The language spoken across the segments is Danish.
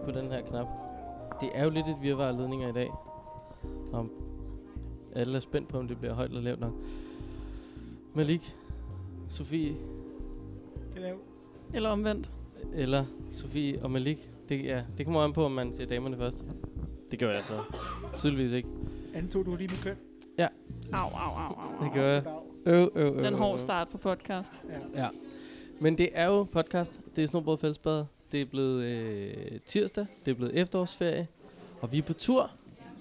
på den her knap. Det er jo lidt et virvar af ledninger i dag. Om alle er spændt på, om det bliver højt eller lavt nok. Malik, Sofie. Eller omvendt. Eller Sofie og Malik. Det kommer an på, om man siger damerne først. Det gør jeg så tydeligvis ikke. Antog du lige mit køn? Ja. Au. Det gør jeg. Den hårde start på podcast. Ja. Men det er jo podcast. Det er Snobrød Fællesbader. Det er blevet tirsdag. Det er blevet efterårsferie. Og vi er på tur.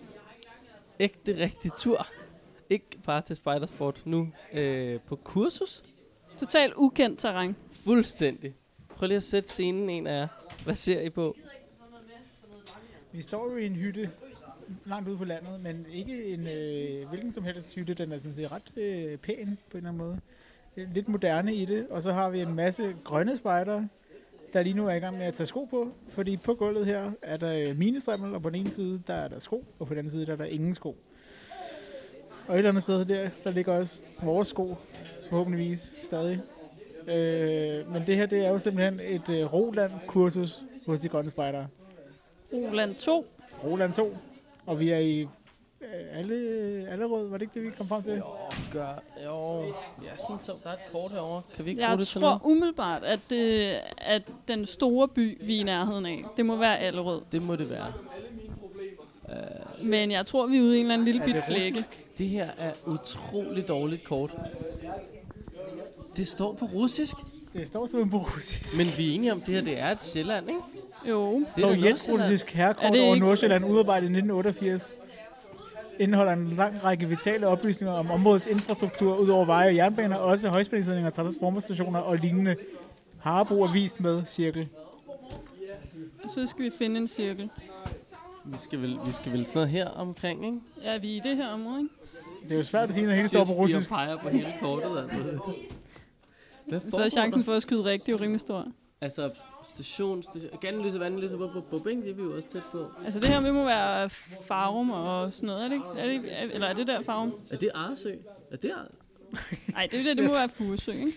Ægte rigtig tur. Ikke bare til spejdersport. Nu på kursus. Totalt ukendt terræn. Fuldstændig. Prøv lige at sætte scenen, en af jer. Hvad ser I på? Vi står jo i en hytte langt ude på landet, men ikke en hvilken som helst hytte. Den er sådan set ret pæn på en eller anden måde. Lidt moderne i det. Og så har vi en masse grønne spejdere, der lige nu er i gang med at tage sko på. Fordi på gulvet her er der minestrimmel, og på den ene side der er der sko, og på den anden side der er der ingen sko. Og et eller andet sted der ligger også vores sko, forhåbentligvis stadig. Men det her, det er jo simpelthen et Roland-kursus hos de grønne spejdere. Roland 2. Roland 2. Og vi er i Allerød, var det ikke det, vi kom frem til? Jo. Ja, sådan så der er et kort herovre. Kan vi ikke bruge Jeg det til noget? tror umiddelbart, at den store by, vi er i nærheden af, det må være Allerød. Det må det være. Men jeg tror, vi er ude i en eller anden lille bit flække. Det her er utroligt dårligt kort. Det står på russisk. Det står simpelthen på russisk. Men vi er enige om, det her det er et Sjælland, ikke? Jo. Sovjetrussisk herrekort over Nordsjælland, udarbejdet i 1988, indeholder en lang række vitale oplysninger om områdets infrastruktur, udover veje og jernbaner, også højspændingsledninger, transformerstationer og lignende. Harbo er vist med cirkel. Så skal vi finde en cirkel. Vi skal vel sådan noget her omkring, ikke? Ja, vi er i det her område, ikke? Det er jo svært at sige, når hele står på russisk. Vi peger på hele kortet, altså. Så er chancen for at skyde rigtigt jo rimelig stor. Altså, station, Ganløse, Vandløse, Bobing, det er vi jo også tæt på. Altså, det her det må være Farum og sådan noget, er det ikke? Eller er det der Farum? Er det Aresø? Er det Nej, det må være Furesø, ikke?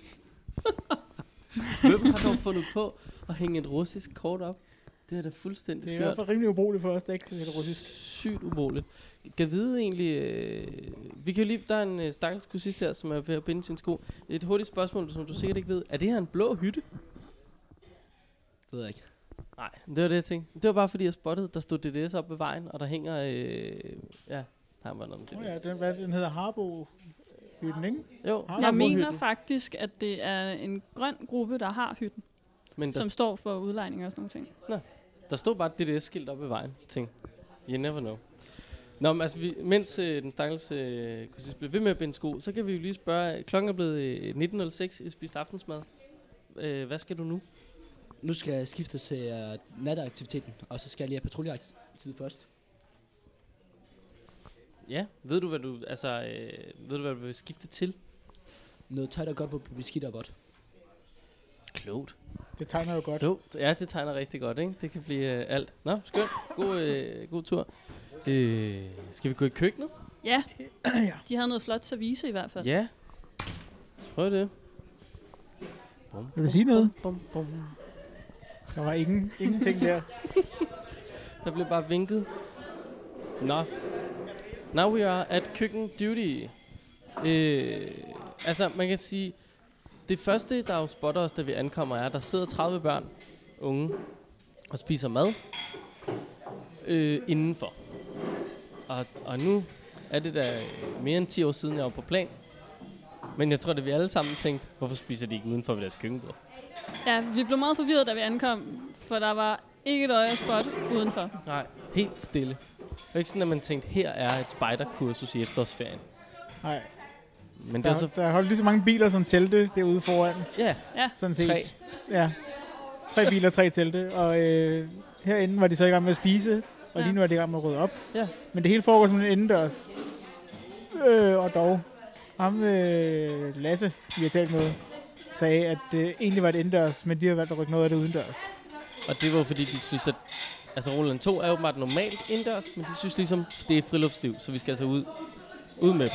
Hvem har dog fundet på at hænge et russisk kort op? Det er da fuldstændig skørt. Det er i hvert fald rimelig ubrugeligt for os, der ikke kan det russisk. Sygt ubrugeligt. Kan vide egentlig... vi kan jo lige... Der er en stakkels kursist her, som er ved at binde sin sko. Et hurtigt spørgsmål, som du sikkert ikke ved. Er det her en blå hytte? Det ved jeg ikke. Nej, det var det, jeg tænkte. Det var bare fordi, jeg spottede, der stod DDS op ved vejen, og der hænger... ja, der var noget om DDS. Den hedder Harbo-hytten, ikke? Jo, jeg mener faktisk, at det er en grøn gruppe, der har hytten. Men som står for udlejning og sådan nogle ting. Nå, der stod bare et DDS-skilt op ved vejen. Så tænkte you never know. Nå, men altså, mens den stakkels kursist bliver ved med at binde sko, så kan vi jo lige spørge, klokken er blevet 19.06, I spiste aftensmad. Hvad skal du nu? Nu skal jeg skifte til nataktiviteten, og så skal jeg lige have patruljeaktivitet først. Ja, ved du hvad du vil skifte til? Noget tøj, der godt på beskidt og godt. Klogt. Det tegner jo godt. Klogt. Ja, det tegner rigtig godt, ikke? Det kan blive alt. Nå, skønt. God tur. Skal vi gå i køkkenet? Ja. De har noget flot service i hvert fald. Ja. Prøv det. Vil du sige noget? Bum. Der var ingenting der. Der blev bare vinket. Nå. Now we are at køkken duty. Altså, man kan sige, det første, der jo spotter os, da vi ankommer, er, at der sidder 30 børn, unge, og spiser mad indenfor. Og nu er det da mere end 10 år siden, jeg var på plan. Men jeg tror, at vi alle sammen tænkte, hvorfor spiser de ikke udenfor ved deres køkkenbord? Ja, vi blev meget forvirret, da vi ankom, for der var ikke et øje spot udenfor. Nej, helt stille. Det var ikke sådan, at man tænkte, her er et spejderkursus i efterårsferien. Nej. Men der er holdt lige så mange biler som telte derude foran. Ja, sådan set. 3. Ja, 3 biler, 3 telte. Og herinde var de så i gang med at spise, og lige nu er de i gang med at rydde op. Ja. Men det hele foregår simpelthen indendørs. Og dog, Lasse, vi har talt med, sagde, at det egentlig var et indendørs, men de har valgt at rykke noget af det udendørs. Og det var fordi, de synes, at altså Roland 2 er åbenbart normalt indendørs, men de synes ligesom, det er friluftsliv, så vi skal altså ud med dem.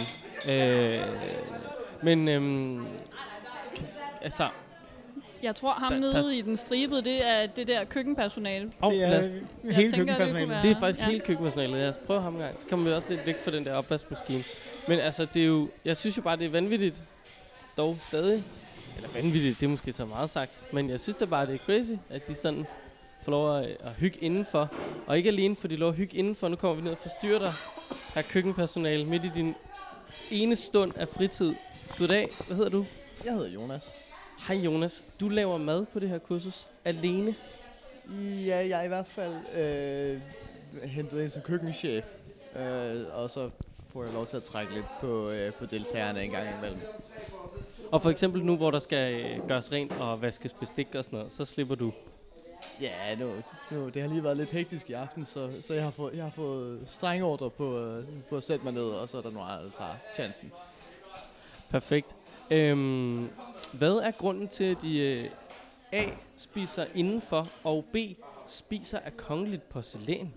Jeg tror, ham nede i den stribede, det er det der køkkenpersonale. Det er hele køkkenpersonalet. Det er faktisk hele køkkenpersonalet. Lad os prøve ham en gang. Så kommer vi også lidt væk fra den der opvaskemaskine. Men altså, det er jo... Jeg synes jo bare, det er vanvittigt. Dog stadig. Eller vanvittigt, det er måske så meget sagt. Men jeg synes da bare, det er crazy, at de sådan får lov at hygge indenfor. Og ikke alene får de lov at hygge indenfor. Nu kommer vi ned og forstyrrer dig, her køkkenpersonale, midt i din ene stund af fritid. Goddag, hvad hedder du? Jeg hedder Jonas. Hej Jonas, du laver mad på det her kursus alene? Ja, jeg er i hvert fald hentet ind som køkkenchef, og så får jeg lov til at trække lidt på deltagerne en gang imellem. Og for eksempel nu, hvor der skal gøres rent og vaskes bestik og sådan noget, så slipper du? Ja, nu, det har lige været lidt hektisk i aften, så jeg har fået strenge ordre på at sætte mig ned, og så er der nogle andre, der tager chancen. Perfekt. Hvad er grunden til, at de A. spiser indenfor, og B. spiser af kongeligt porcelæn?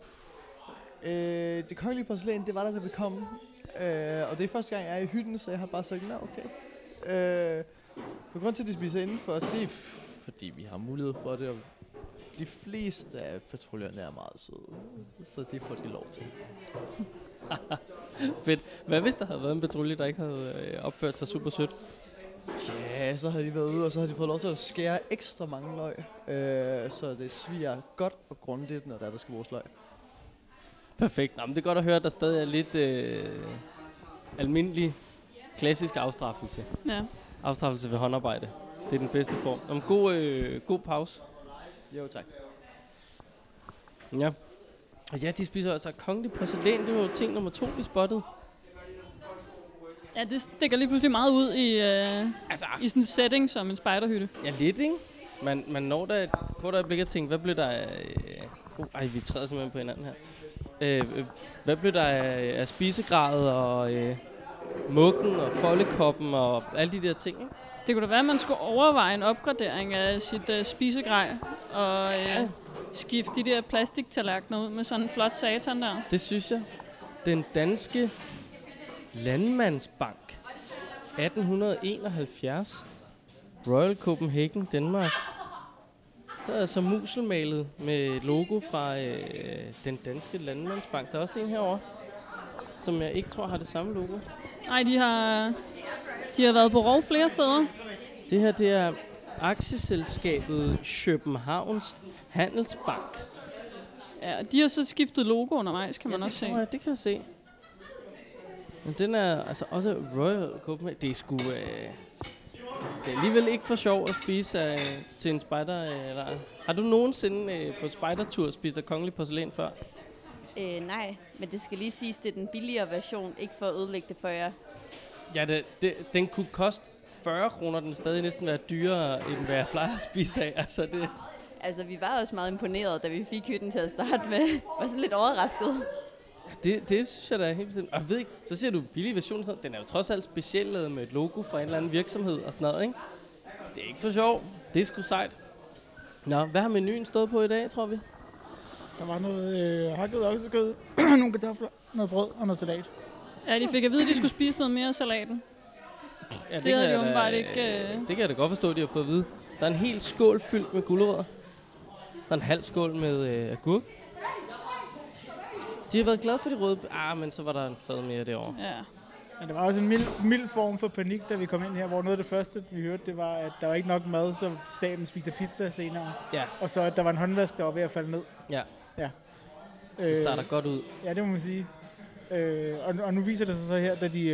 Det kongelige porcelæn, det var der, da vi kom. Og det er første gang, jeg er i hytten, så jeg har bare sagt, okay. På grund til, at de spiser indenfor, det er fordi vi har mulighed for det, og de fleste af patruljerne er meget søde, så det får de lov til. Fedt. Hvad hvis der havde været en patrulje, der ikke havde opført sig super sødt? Ja, så havde de været ude, og så havde de fået lov til at skære ekstra mange løg, så det sviger godt og grundigt, når der skal bruges løg. Perfekt. Nå, men det er godt at høre, at der stadig er lidt almindelig klassisk afstraffelse. Ja. Afstraffelse ved håndarbejde. Det er den bedste form. Om god pause. Jo, tak. Ja. Og ja, de spiser altså kongelig porcelæn. Det var jo ting nummer 2, vi spottede. Ja, det stikker lige pludselig meget ud i sådan en setting som en spejderhytte. Ja, lidt, ikke? Man når da et kort øjeblik at tænke, hvad blev der af... vi træder simpelthen på hinanden her. Hvad blev der af spisegradet og mukken og foldekoppen og alle de der ting, ikke? Det kunne da være, at man skulle overveje en opgradering af sit spisegrej og skifte de der plastiktallerkener ud med sådan en flot satan der. Det synes jeg. Den danske Landmandsbank 1871 Royal Copenhagen, Danmark. Der er altså muselmalet med et logo fra den danske Landmandsbank. Der er også en herovre, som jeg ikke tror har det samme logo. Nej, de har været på rov flere steder. Det her, det er aktieselskabet Københavns Handelsbank. Ja, de har så skiftet logo undervejs, kan man også se. Ja, det kan jeg se. Men den er altså også Royal Copenhagen. Det er sgu... det er alligevel ikke for sjov at spise til en spejder. Eller. Har du nogensinde på spejdertur spist af kongelig porcelæn før? Nej, men det skal lige siges, det er den billigere version, ikke for at ødelægge det for jer. Ja, den kunne koste 40 kroner, den stadig næsten være dyrere, end hvad jeg plejer at spise af. Altså, vi var også meget imponeret, da vi fik hytten til at starte med. Var sådan lidt overrasket. Det synes jeg da er helt bestemt. Og jeg ved ikke, så ser du billig version, sådan, den er jo trods alt specielt lavet med et logo fra en eller anden virksomhed og sådan noget, ikke? Det er ikke for sjov. Det er sgu sejt. Nå, hvad har menuen stået på i dag, tror vi? Der var noget hakket oksekød, nogle kartofler, noget brød og noget salat. Ja, de fik at vide, at de skulle spise noget mere af salaten. Ja, det havde de åbenbart ikke... Det kan jeg da godt forstå, at de har fået at vide. Der er en hel skål fyldt med gulerødder. Der er en halv skål med agurk. De har været glade for de røde... men så var der en fad mere derovre. Ja. Men der var også en mild form for panik, da vi kom ind her, hvor noget af det første, vi hørte, det var, at der var ikke nok mad, så staben spiser pizza senere. Ja. Og så, at der var en håndvask, der var ved at falde ned. Ja. Ja. Det starter godt ud. Ja, det må man sige. Og nu viser det sig så her, da de...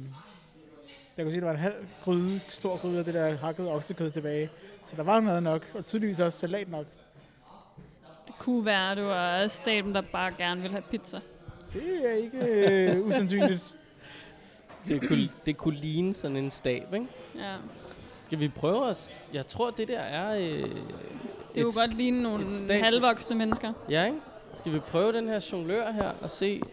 der kunne se, at der var en halv stor gryde af det der hakkede oksekød tilbage. Så der var mad nok, og tydeligvis også salat nok. Det kunne være, at det var staben, der bare gerne ville have pizza. Det er ikke usandsynligt. Det kunne ligne sådan en stab, ikke? Ja. Skal vi prøve os? Jeg tror, det der er... det kunne godt ligne nogle halvvoksne mennesker. Ja, ikke? Skal vi prøve den her jonglør her og se...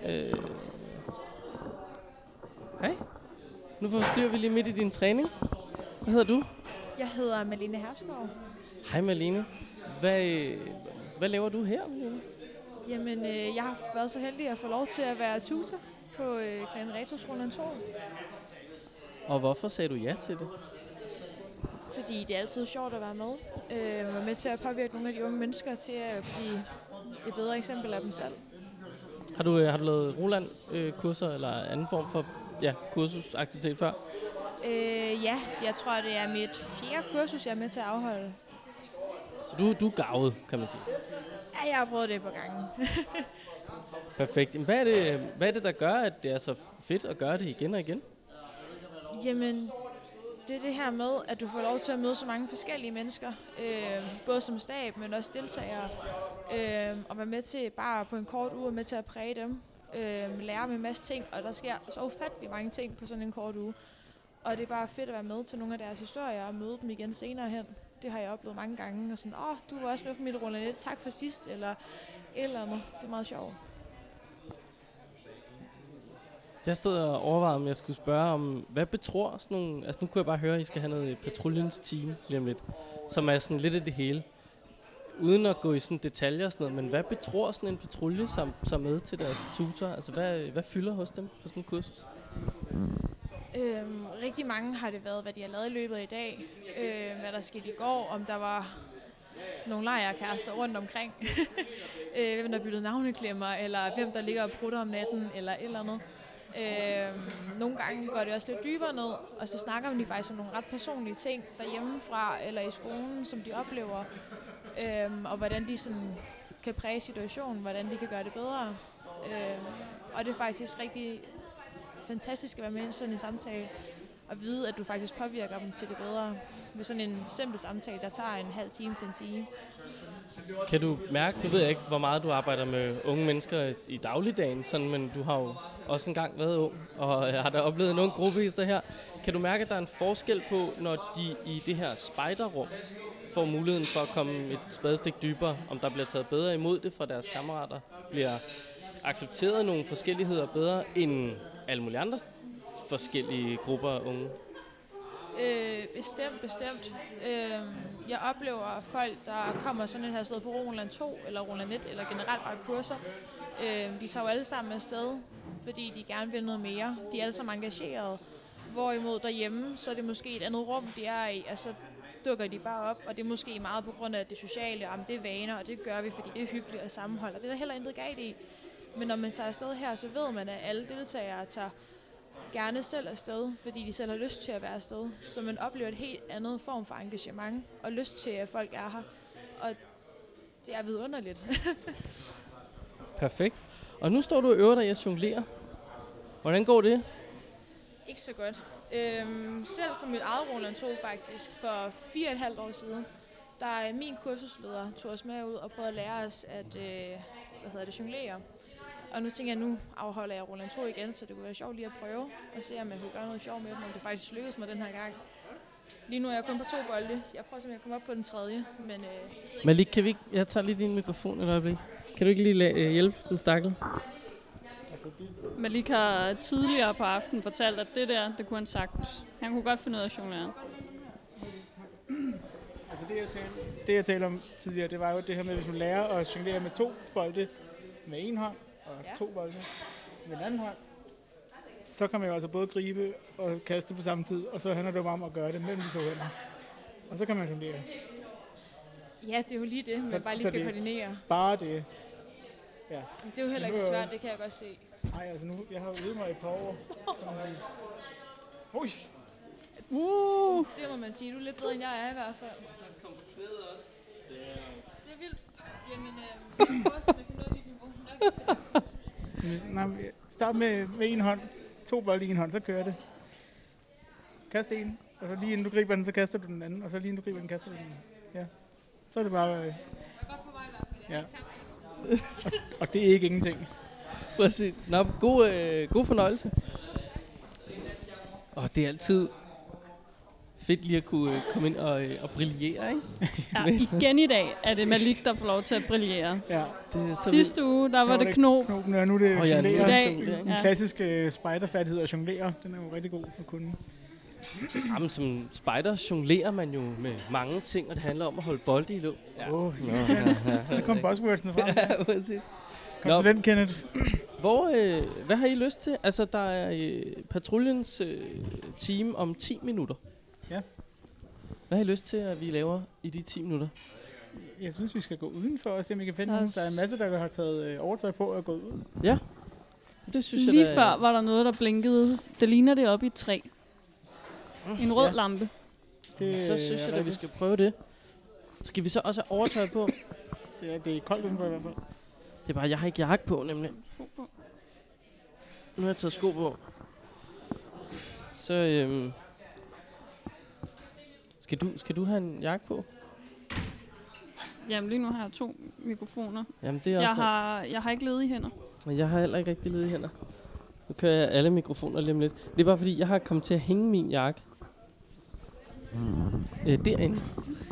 Hej. Nu forstyrrer vi lige midt i din træning. Hvad hedder du? Jeg hedder Malene Herskov. Hej Malene. Hvad laver du her, Malene? Jamen, jeg har været så heldig at få lov til at være tutor på Clan Retroskolen 2. Og hvorfor sagde du ja til det? fordi det er altid sjovt at være med. Være med til at påvirke nogle af de unge mennesker til at blive et bedre eksempel af dem selv. Har du lavet Roland-kurser eller anden form for kursusaktivitet før? Ja, jeg tror, det er mit 4. kursus, jeg er med til at afholde. Så du er garvet, kan man sige. Ja, jeg har prøvet det på gangen. Perfekt. Hvad er det, der gør, at det er så fedt at gøre det igen og igen? Jamen, det er det her med, at du får lov til at møde så mange forskellige mennesker. Både som stab, men også deltagere. Og være med til bare på en kort uge med til at præge dem. Lære med en masse ting, og der sker så ufattelig mange ting på sådan en kort uge. Og det er bare fedt at være med til nogle af deres historier og møde dem igen senere hen. Det har jeg oplevet mange gange. Og sådan, du var også med på mit Roland 1, tak for sidst, eller et eller andet. Det er meget sjovt. Jeg stod og overvejede, om jeg skulle spørge om, hvad betror sådan nogle... Altså nu kunne jeg bare høre, at I skal have noget patruljens team lige om lidt, som er sådan lidt af det hele. Uden at gå i sådan detaljer og sådan noget, men hvad betror sådan en patrulje som med til deres tutor? Altså hvad fylder hos dem på sådan en kursus? Rigtig mange har det været, hvad de har lavet i løbet af i dag. Hvad der skete i går, om der var nogle lejrkærester rundt omkring. Hvem der byttede navneklemmer, eller hvem der ligger og prutter om natten, eller et eller andet. Nogle gange går det også lidt dybere ned, og så snakker de faktisk om nogle ret personlige ting derhjemmefra eller i skolen, som de oplever. Og hvordan de sådan kan præge situationen, hvordan de kan gøre det bedre. Og det er faktisk rigtig fantastisk at være med i sådan en samtale, og vide, at du faktisk påvirker dem til det bedre. Ved sådan en simpel samtale, der tager en halv time til en time. Kan du mærke, nu ved jeg ikke, hvor meget du arbejder med unge mennesker i dagligdagen, sådan, men du har jo også engang været ung, og har da oplevet nogle gruppehister her. Kan du mærke, at der er en forskel på, når de i det her spejderrum får muligheden for at komme et spadestik dybere, om der bliver taget bedre imod det fra deres kammerater, bliver accepteret nogle forskelligheder bedre end alle mulige andre forskellige grupper af unge? Bestemt. Jeg oplever folk, der kommer sådan et her sted på Roland 2 eller Roland 1 eller generelt bare kurser. De tager jo alle sammen afsted, fordi de gerne vil noget mere. De er alle sammen engagerede. Hvorimod derhjemme, så er det måske et andet rum, de er i, og så dukker de bare op, og det er måske meget på grund af det sociale, og det er vaner, og det gør vi, fordi det er hyggeligt og sammenhold, og det er der heller intet galt i. Men når man tager afsted her, så ved man, at alle deltagere tager gerne selv afsted, fordi de selv har lyst til at være afsted. Så man oplever et helt andet form for engagement og lyst til, at folk er her. Og det er vidunderligt. Perfekt. Og nu står du og øver dig i at jonglere. Hvordan går det? Ikke så godt. Selv for mit eget Roland 2 faktisk, for 4,5 år siden, der er min kursusleder tog os med ud og prøvede at lære os at jonglere. Og nu tænker jeg, nu afholder jeg Roland 2 igen, så det kunne være sjovt lige at prøve og se, om jeg kunne gøre noget sjovt med dem, om det faktisk lykkedes mig den her gang. Lige nu er jeg kun på 2 bolde. Jeg prøver simpelthen at komme op på den 3. Men Malik, kan vi ikke... Jeg tager lige din mikrofon et øjeblik. Kan du ikke lige hjælpe den stakkel? Malik har tidligere på aftenen fortalt, at det kunne han sagtens. Han kunne godt finde ud af at jonglere. Altså det jeg talte om tidligere, det var jo det her med, hvis man lærer at jonglere med 2 bolde med en hånd, og 2 bolde med en anden hånd, så kan man jo altså både gribe og kaste på samme tid, og så handler det jo bare om at gøre det mellem de 2 hænder. Og så kan man jonglere. ja, det er jo lige det, man bare lige skal koordinere. Bare det. Ja. Men det er jo heller ikke så svært, det kan jeg godt se. Nej, altså nu, jeg har øvet mig et par år. Ui! Det må man sige. Du er lidt bedre, end jeg er i hvert fald. Der kom på knæet også. Det er vildt. Jamen, prøv at se, om jeg kan nå dit niveau. Nej, start med en hånd. 2 bolde i en hånd, så kører det. Kast en, og så lige inden du griber den, så kaster du den anden, og så lige inden du griber den, kaster du den. Ja. Så er det bare... Jeg er godt på vej i hvert fald. Ja. Og det er ikke ingenting. Præcis. Nå, god fornøjelse. Og det er altid fedt lige at kunne komme ind og brillere, ikke? Ja, igen i dag er det Malik, der får lov til at brillere. Ja. Sidste uge, der var det knop. Knopen, og nu er det jonglere. I dag, En klassisk spejderfærdighed at jonglere. Den er jo rigtig god at kunne. Jamen, som spejder jonglerer man jo med mange ting, og det handler om at holde bolde i luften. Ja. Der kom buzzwordsene frem. Ja, præcis. Konsulent Kenneth. Hvad har I lyst til? Altså, der er patruljens team om 10 minutter. Ja. Hvad har I lyst til, at vi laver i de 10 minutter? Jeg synes, vi skal gå udenfor og se, om vi kan finde Der er nogen. Der er en masse, der har taget overtøj på og gået ud. Ja, det synes jeg Lige da- før var der noget, der blinkede. Det ligner det op i et træ. En rød lampe. Så synes jeg da, vi skal prøve det. Skal vi så også have overtøj på? Ja, det er koldt udenfor i hvert fald. Det er bare, jeg har ikke jakke på, nemlig. Nu har jeg taget sko på. Så, skal du have en jakke på? Jamen lige nu har jeg 2 mikrofoner. Jamen, det er også Jeg har ikke ledige hænder. Men jeg har heller ikke rigtig ledige hænder. Nu kører jeg alle mikrofoner lige om lidt. Det er bare fordi, jeg har kommet til at hænge min jakke. Derinde.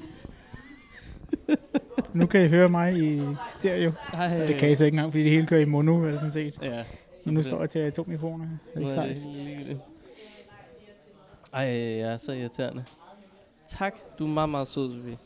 Nu kan I høre mig i stereo. Det kan I så ikke engang, fordi det hele kører i mono, eller sådan set. Ja. Så nu står jeg til at have 2 mikrofoner. Det er ikke sejt. Ej, jeg er så irriterende. Tak, du er meget, meget sød, Sofie.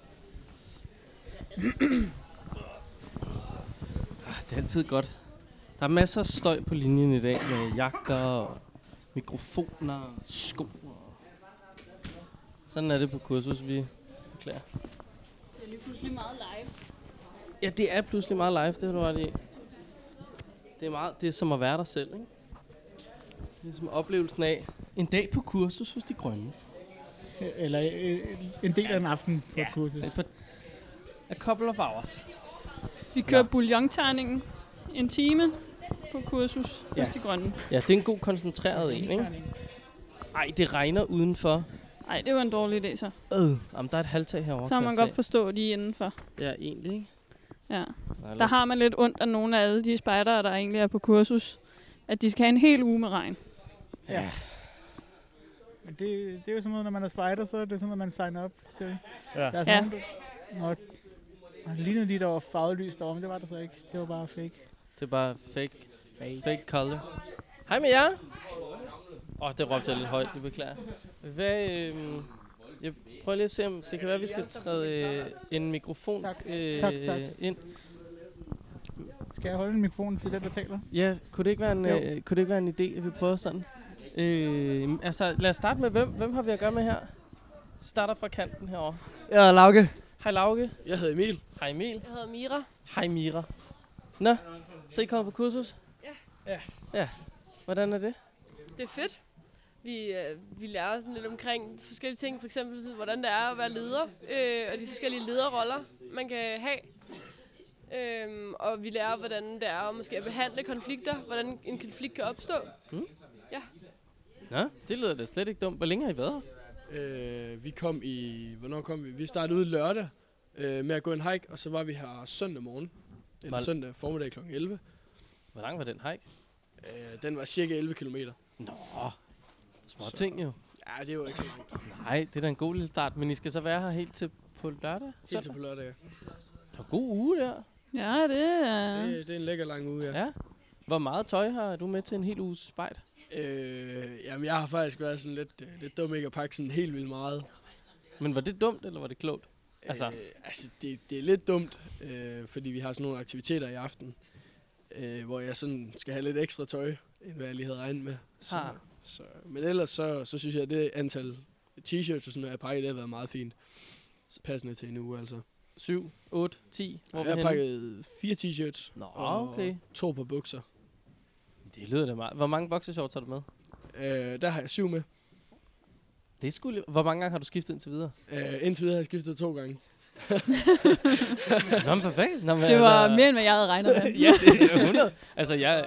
Det er altid godt. Der er masser af støj på linjen i dag med jakker og mikrofoner, sko. Sådan er det på kursus, vi beklager. Det er lige pludselig meget live. Ja, det er pludselig meget live, det har du ret i. Det er som at være der selv, ikke? Det er som oplevelsen af en dag på kursus hos De Grønne. Eller en del af en aften på et kursus. A couple of hours. Vi kører bouillonterningen en time på kursus hos De Grønne. Ja, det er en god koncentreret en, ikke? Ej, det regner udenfor. Nej, det var en dårlig idé så. Jamen, der er et halvtag herovre. Så har man godt forstå, at de er indenfor. Ja, egentlig, ikke? Ja. Der har man lidt ondt af nogle af alle de spejdere, der egentlig er på kursus. At de skal have en hel uge med regn. Ja. Men det er jo sådan noget, når man er spejder, så er det sådan noget, man signer op til. Ja. Der er sådan nogle, det lignede lige, der var farvet lys derovre, men det var der så ikke. Det var bare fake. Det er bare fake color. Hej med jer! Det råbte jeg lidt højt, det beklager. Jeg prøver lige at se, om det kan være, at vi skal træde en mikrofon Tak. ind. Skal jeg holde en mikrofon til den, der taler? Ja, kunne det ikke være en idé, at vi prøver sådan? Lad os starte med, hvem har vi at gøre med her? Starter fra kanten herovre. Jeg er Lauke. Hej Lauke. Jeg hedder Emil. Hej Emil. Jeg hedder Mira. Hej Mira. Nå, så I kommer på kursus? Ja. Hvordan er det? Det er fedt. Vi lærer sådan lidt omkring forskellige ting, for eksempel hvordan det er at være leder, og de forskellige lederroller, man kan have. Og vi lærer, hvordan det er at måske at behandle konflikter, hvordan en konflikt kan opstå. Ja. Nå, det lyder da slet ikke dumt. Hvor længe har I været her? Hvornår kom vi? Vi startede ud lørdag med at gå en hike, og så var vi her søndag morgen. Eller søndag formiddag kl. 11. Hvor lang var den hike? Den var cirka 11 kilometer. Nå, små ting jo. Ja, det er jo ikke så langt. Nej, det er da en god lille start, men I skal så være her helt til på lørdag? Helt til på lørdag, ja. Det er en god uge der. Ja, det er... Det er en lækker lang uge, ja. Hvor meget tøj har du med til en hel uges spejt? Jamen, jeg har faktisk været sådan lidt dum ikke at pakke sådan helt vildt meget. Men var det dumt, eller var det klogt? Det er lidt dumt, fordi vi har sådan nogle aktiviteter i aften, hvor jeg sådan skal have lidt ekstra tøj, end hvad jeg lige havde regnet med. Men ellers så synes jeg, at det antal t-shirts og sådan noget, jeg pakket, det har været meget fint. Passende til en uge, altså. 7, 8, 10? Jeg har pakket 4 t-shirts og 2 på bukser. Det lyder da meget. Hvor mange boxershorts har du med? Der har jeg 7 med. Det er sgu. Hvor mange gange har du skiftet indtil videre? Indtil videre har jeg skiftet 2 gange. Nå, men perfekt. Nå, men det var mere, end hvad jeg havde regnet med. Ja, det er 100. Altså, jeg...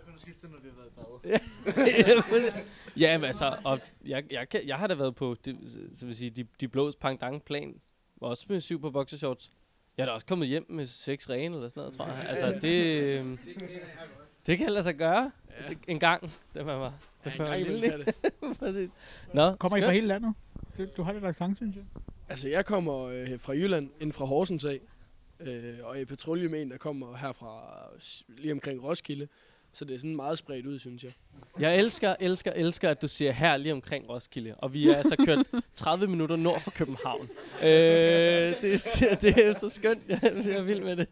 Ja, men altså, og jeg har da været på, så vil sige, de blås pendant-plan, også med 7 på boxershorts. Jeg er da også kommet hjem med 6 rene eller sådan noget, tror jeg. Altså, det kan lade sig gøre en gang, da man var lille. Nå, kommer I fra hele landet? Du har lidt accent, synes jeg. Altså, jeg kommer fra Jylland, inden fra Horsens af, og i patrulje med en, der kommer herfra lige omkring Roskilde. Så det er sådan meget spredt ud, synes jeg. Jeg elsker, at du siger her lige omkring Roskilde. Og vi er altså kørt 30 minutter nord for København. Det er jo så skønt. Jeg er vild med det.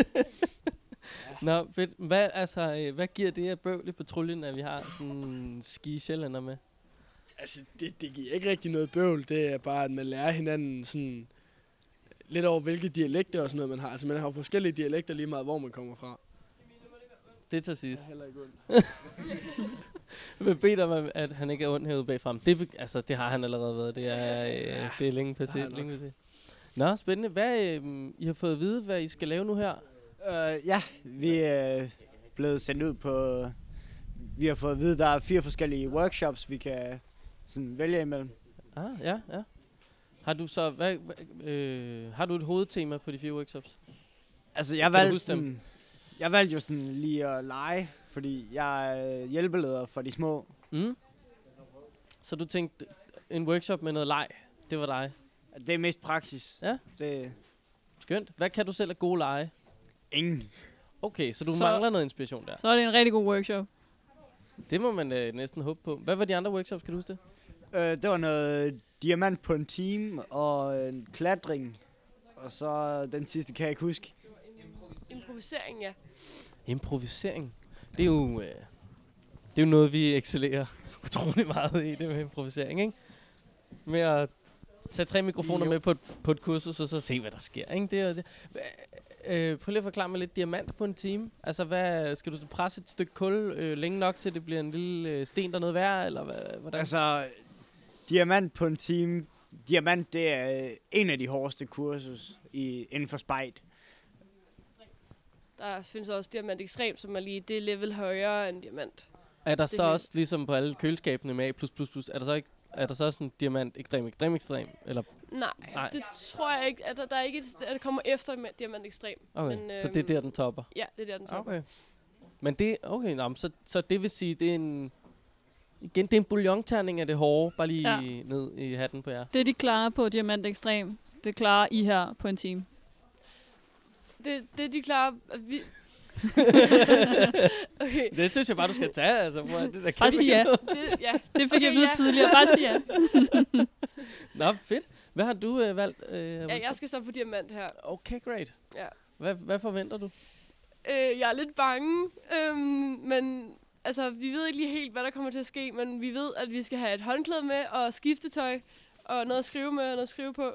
Nå, fedt. Hvad giver det af bøvl i patruljen, at vi har sådan en ski-sjællander med? Altså, det giver ikke rigtig noget bøvl. Det er bare, at man lærer hinanden sådan lidt over, hvilke dialekter og sådan noget, man har. Altså, man har jo forskellige dialekter lige meget, hvor man kommer fra. Det til sidst. Det er heller ikke ondt. Jeg beder mig, at han ikke er ondt herude bagfrem. Det har han allerede været. Det er længe på til. Nå, spændende. Hvad I har fået at vide, hvad I skal lave nu her? Ja, vi er blevet sendt ud på... Vi har fået at vide, at der er 4 forskellige workshops, vi kan sådan vælge imellem. Ja. Har du så... har du et hovedtema på de 4 workshops? Altså, jeg valgte jo sådan lige at lege, fordi jeg er hjælpeleder for de små. Mm. Så du tænkte, en workshop med noget leg, det var dig? Det er mest praksis. Ja. Det skønt. Hvad kan du selv af gode lege? Ingen. Okay, så du mangler noget inspiration der. Så er det en rigtig god workshop. Det må man næsten håbe på. Hvad var de andre workshops, kan du huske det? Det var noget diamant på en team og en klatring. Og så den sidste kan jeg ikke huske. Improvisering, ja. Improvisering. Det er jo noget, vi excellerer utrolig meget i, det med improvisering, ikke? Med at tage 3 mikrofoner med på et kursus, og så se, hvad der sker, ikke? Prøv lige at forklare mig lidt diamant på en time. Altså, skal du presse et stykke kul længe nok, til det bliver en lille sten, der er noget værd, eller hvordan? Altså, diamant på en time. Diamant, det er en af de hårdeste kursus inden for spejt. Der findes også diamant ekstrem, som er lige det level højere end diamant. Er der så også, ligesom på alle køleskabene med A++, er der så også en diamant ekstrem, eller? Nej, det tror jeg ikke. At der er ikke, at det kommer efter med diamant ekstrem. Okay, men, så det er der, den topper? Ja, det er der, den topper. Okay. Men det, så det vil sige, det er en bouillonterning af det hårde, bare lige ned i hatten på jer. Det de klarer på diamant ekstrem, det klarer I her på en time. Det de klarer... Okay. Det synes jeg bare, du skal tage. Altså, bare sige ja. Det fik jeg vide tidligere. Bare sige ja. Nå, fedt. Hvad har du valgt? Jeg skal så på diamant her. Okay, great. Ja. Hvad forventer du? Jeg er lidt bange, men altså, vi ved ikke lige helt, hvad der kommer til at ske, men vi ved, at vi skal have et håndklæde med og skiftetøj og noget at skrive med og noget at skrive på.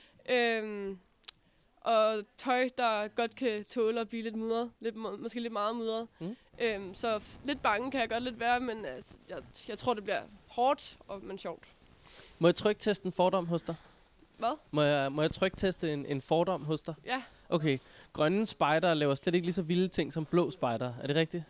Og tøj, der godt kan tåle at blive lidt mudret. Måske lidt meget mudret. Så lidt bange kan jeg godt lidt være, men altså, jeg tror, det bliver hårdt, men sjovt. Må jeg trykteste en fordom hos dig? Hvad? Må jeg trykteste en fordom hos dig? Ja. Okay. Grønne spejdere laver slet ikke lige så vilde ting som blå spejdere. Er det rigtigt?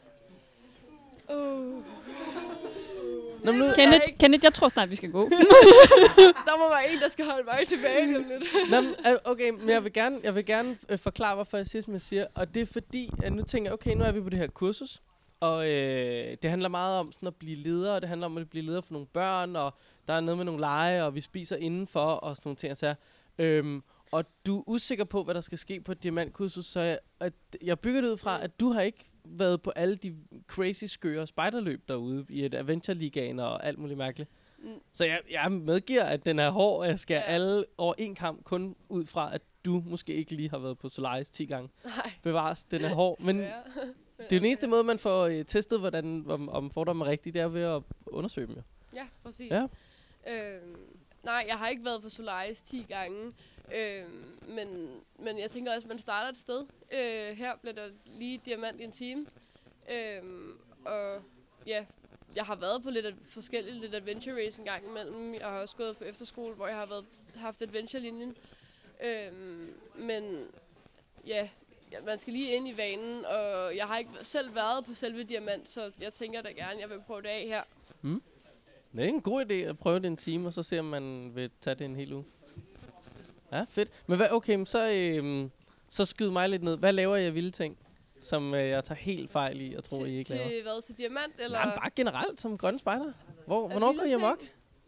Kenneth, jeg tror snart, vi skal gå. Der må være en, der skal holde mig tilbage lidt. Okay, men jeg vil gerne forklare, hvorfor jeg siger, som jeg siger. Og det er fordi, at nu tænker jeg, okay, nu er vi på det her kursus. Og det handler meget om sådan at blive leder, og det handler om at blive leder for nogle børn, og der er noget med nogle lege, og vi spiser indenfor, og sådan nogle ting. Så og du er usikker på, hvad der skal ske på et diamantkursus, så jeg bygger det ud fra, at du har ikke været på alle de crazy skøre spejderløb derude i et Adventure-ligaen og alt muligt mærkeligt. Så jeg medgiver, at den er hård, og jeg skal alle over en kamp kun ud fra, at du måske ikke lige har været på Solaris 10 gange. Nej. Bevares, den er hård. Men det er den eneste måde, man får testet, om fordomme er rigtigt, det er ved at undersøge dem. Jo. Ja, præcis. Ja. Nej, jeg har ikke været på Solaris 10 gange. Men jeg tænker også, at man starter et sted. Her bliver der lige diamant i en time. Og ja, jeg har været på lidt forskelligt, lidt adventure race en gang imellem. Jeg har også gået på efterskole, hvor jeg har haft adventure-linjen. Men ja, man skal lige ind i vanen, og jeg har ikke selv været på selve diamant, så jeg tænker da gerne, jeg vil prøve det af her. Det er en god idé at prøve det en time, og så se, om man vil tage det en hel uge. Ja, fedt. Men så skyd mig lidt ned. Hvad laver jeg vilde ting, som jeg tager helt fejl i og tror, I ikke laver? Til hvad? Til diamant? Eller? Nej, bare generelt som grønne spejder. Hvornår går I amok?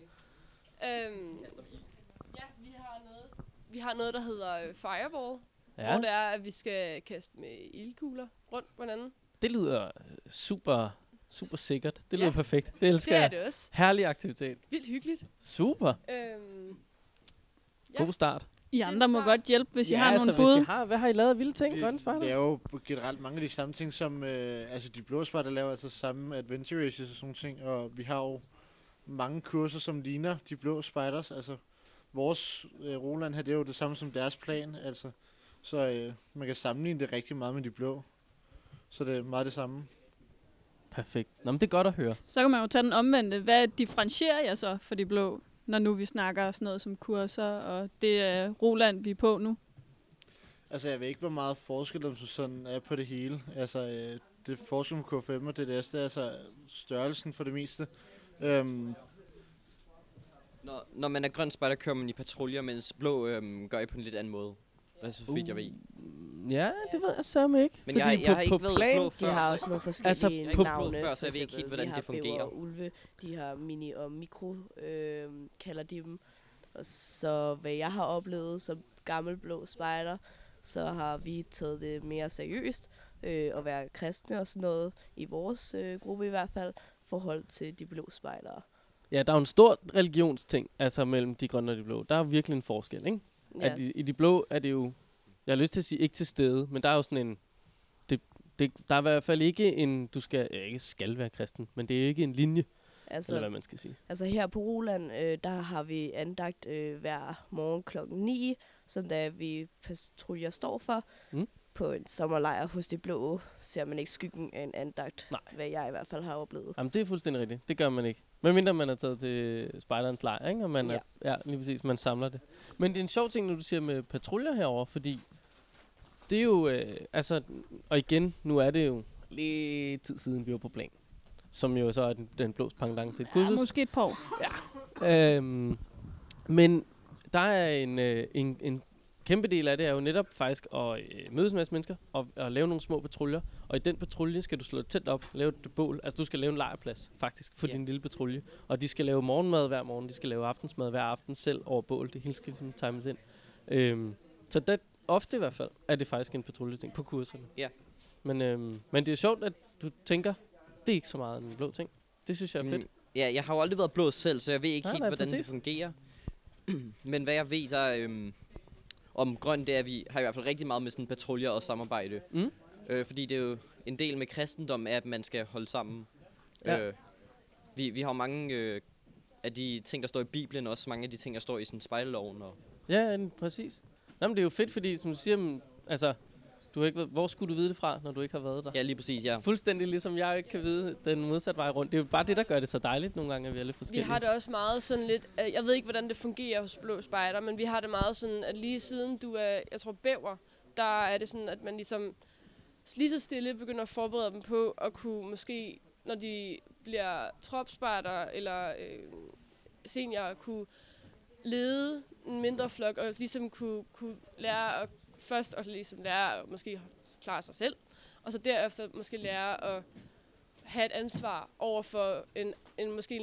Vi har noget, der hedder Fireball. Ja. Hvor det er, at vi skal kaste med ildkugler rundt på hinanden. Det lyder super sikkert. Det lyder perfekt. Det elsker jeg. Det er det også. Herlig aktivitet. Vildt hyggeligt. Super. God start. I andre må godt hjælpe, hvis I har nogle bud. Hvad har I lavet af vilde ting, grønne spejder? Det er jo generelt mange af de samme ting, som de blå spejder laver, altså samme adventure races og sådan ting. Og vi har jo mange kurser, som ligner de blå spejders. Altså, vores Roland her, det er jo det samme som deres plan, altså. Så man kan sammenligne det rigtig meget med de blå. Så det er meget det samme. Perfekt. Nå, men det er godt at høre. Så kan man jo tage den omvendte. Hvad differentierer jeg så for de blå, når nu vi snakker sådan noget som kurser, og det er Roland, vi er på nu? Altså, jeg ved ikke, hvor meget forskel der sådan er på det hele. Altså, det forskel på K5 og DDS, det er altså størrelsen for det meste. Når man er grøn spejder, kører man i patruljer, mens blå gør I på en lidt anden måde. Altså, så vidt jeg ved. Ja, det ved jeg sørme ikke. Men jeg har ikke været blå før. De har også nogle forskellige navne. Før, så jeg ved ikke helt, hvordan det fungerer. Vi har bæver og ulve, de har mini og mikro, kalder de dem. Og så hvad jeg har oplevet som gammel blå spejder, så har vi taget det mere seriøst, at være kristne og sådan noget, i vores gruppe i hvert fald, forhold til de blå spejdere. Ja, der er jo en stor religionsting, altså mellem de grønne og de blå. Der er virkelig en forskel, ikke? Ja. I de blå er det jo, jeg har lyst til at sige ikke til stede, men der er jo sådan en, der er i hvert fald ikke en, du skal, ikke skal være kristen, men det er ikke en linje, altså, eller hvad man skal sige. Altså her på Roland, der har vi andagt hver morgen klokken 9, som der vi patruljer står for. På en sommerlejr hos de blå ser man ikke skyggen af en andagt, hvad jeg i hvert fald har oplevet. Jamen det er fuldstændig rigtigt, det gør man ikke. Medmindre man er taget til spejderens lejr, ikke? Og man lige præcis, man samler det. Men det er en sjov ting, når du siger med patruljer herover, fordi det er jo, altså, og igen, nu er det jo lidt tid siden, vi var på plan. Som jo så er den blå pendant til et kursus. Ja, måske et par år. Ja. Men der er en kæmpe del af det er jo netop faktisk at mødes med mennesker og lave nogle små patruljer. Og i den patrulje skal du slå tæt op, lave et bål. Altså du skal lave en lejrplads faktisk for din lille patrulje. Og de skal lave morgenmad hver morgen, de skal lave aftensmad hver aften selv over bål. Det hele skal ligesom times ind. Så det, ofte i hvert fald er det faktisk en patruljeting på kurserne. Ja. Men det er sjovt, at du tænker, det er ikke så meget en blå ting. Det synes jeg er fedt. Ja, jeg har jo aldrig været blå selv, så jeg ved ikke helt, hvordan præcis. det fungerer. Men hvad jeg ved, der om grøn, det er, at vi har i hvert fald rigtig meget med sådan patruljer og samarbejde. Fordi det er jo en del med kristendom, er, at man skal holde sammen. Ja. Vi har jo mange af de ting, der står i Bibelen, og også mange af de ting, der står i sådan spejleloven. Ja, præcis. Nå, men det er jo fedt, fordi som du siger, altså, du har ikke ved, hvor skulle du vide det fra, når du ikke har været der? Ja, lige præcis, ja. Fuldstændig ligesom jeg ikke kan vide den modsatte vej rundt. Det er jo bare det, der gør det så dejligt nogle gange, at vi er lidt forskellige. Vi har det også meget sådan lidt, jeg ved ikke, hvordan det fungerer hos Blå Spejder, men vi har det meget sådan, at lige siden du er, jeg tror, bæver, der er det sådan, at man ligesom lige så stille begynder at forberede dem på at kunne måske, når de bliver tropspejder eller seniorer, kunne lede en mindre flok og ligesom kunne lære at først og ligesom lære at måske klare sig selv, og så derefter måske lære at have et ansvar over for en måske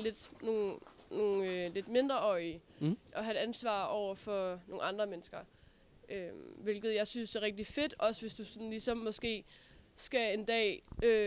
nogle lidt mindreårige, og have et ansvar over for nogle andre mennesker. Hvilket jeg synes er rigtig fedt, også hvis du sådan ligesom måske skal en dag,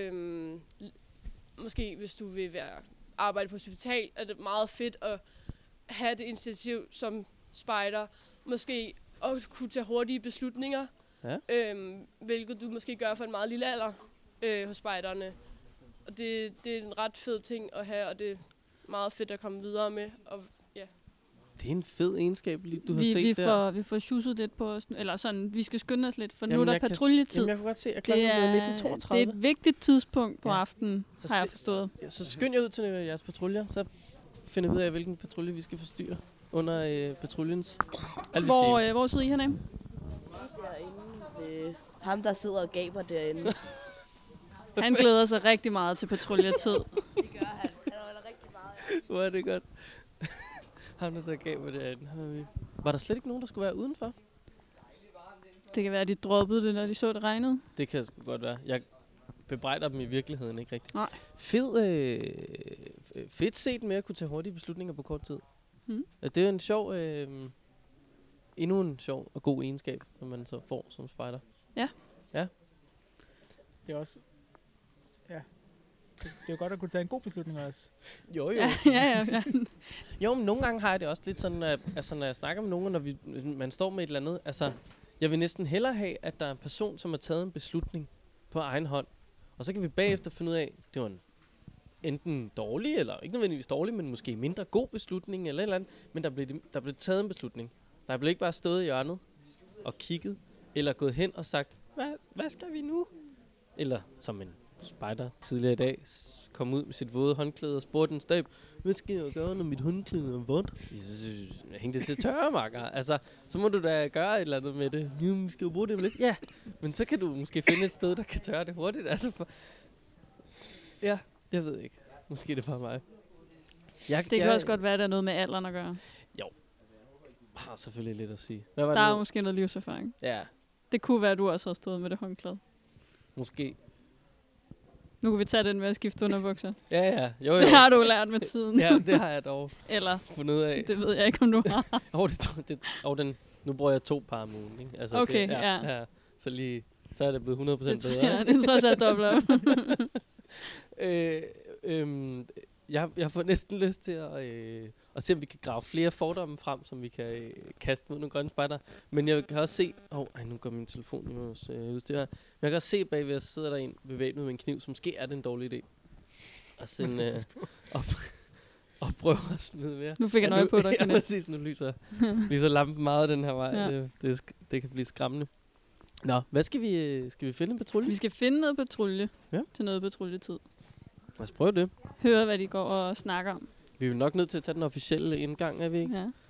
måske hvis du vil arbejde på hospital, er det meget fedt at have det initiativ som spejder, måske at kunne tage hurtige beslutninger, hvilket du måske gør for en meget lille alder hos spejderne. Og det er en ret fed ting at have, og det er meget fedt at komme videre med. Og, ja. Det er en fed egenskab, du har set der. Vi får sjusset lidt på, eller sådan, vi skal skynde os lidt, for nu er der patruljetid. Jamen, jeg kan godt se, at klokken er 19.32. Det er et vigtigt tidspunkt på aftenen, har jeg forstået. Så skynd jer ud til jeres patruljer, så finder vi ud af, hvilken patrulje vi skal forstyrre under patruljens alvitime. Hvor sidder I hernede? Derinde ved ham, der sidder og gaber derinde. Han glæder sig rigtig meget til patruljetid. Det gør han. Han holder rigtig meget. Hvor er det godt. Ham, der så gaber derinde. Var der slet ikke nogen, der skulle være udenfor? Det kan være, at de droppede det, når de så det regnede. Det kan sgu godt være. Jeg bebrejder dem i virkeligheden ikke rigtigt. Nej. Fedt set med at kunne tage hurtige beslutninger på kort tid. Det er en sjov, endnu en sjov og god egenskab, når man så får som spejder. Ja. Ja. Det er også, ja. Det er jo godt at kunne tage en god beslutning også. Jo. Ja. Jo, men nogle gange har jeg det også lidt sådan, altså når jeg snakker med nogen, når man står med et eller andet, altså jeg vil næsten hellere have, at der er en person, som har taget en beslutning på egen hånd, og så kan vi bagefter finde ud af, det var en enten dårlig, eller ikke nødvendigvis dårlig, men måske mindre god beslutning, eller et eller andet. Men der blev taget en beslutning. Der blev ikke bare stået i hjørnet og kigget, eller gået hen og sagt, hvad skal vi nu? Eller som en spejder tidligere i dag kom ud med sit våde håndklæde og spurgte en stab, hvad skal jeg gøre, når mit håndklæde er vådt? Jeg hængte til tørre, makker. Altså, så må du da gøre et eller andet med det. Vi skal jo bruge det om lidt. Ja, men så kan du måske finde et sted, der kan tørre det hurtigt. Altså, ja, jeg ved ikke. Måske det er for mig. Det kan også godt være, at der er noget med alderen at gøre. Jo. Har selvfølgelig lidt at sige. Der er jo måske noget livserfaring. Ja. Det kunne være, at du også har stået med det håndklæde. Måske. Nu kan vi tage den med at skifte underbukser. Ja. Jo. Det har du lært med tiden. Ja, det har jeg dog Eller, fundet ud af. Det ved jeg ikke, om du har. Nu bruger jeg 2 par om ugen, ikke? Altså, okay, det, ja. Så er det blevet 100% bedre. Ja, det tror jeg dobbelt op. Jeg har fået næsten lyst til at se, om vi kan grave flere fordomme frem, som vi kan kaste mod nogle grønne spejder. Men jeg kan også se... nu går min telefon i vores udstyr her. Men jeg kan også se bagved, at sidder der en bevæbnet med en kniv, som måske er det en dårlig idé. Og sende og prøve at smide mere. Nu fik jeg nøje på dig, Ja, præcis. Nu lyser lampen meget den her vej. Ja. Det kan blive skræmmende. Nå, hvad skal vi finde en patrulje? Vi skal finde noget patrulje til noget patruljetid. Lad os prøve det. Høre, hvad de går og snakker om. Vi er jo nok nødt til at tage den officielle indgang, er vi ikke? Ja.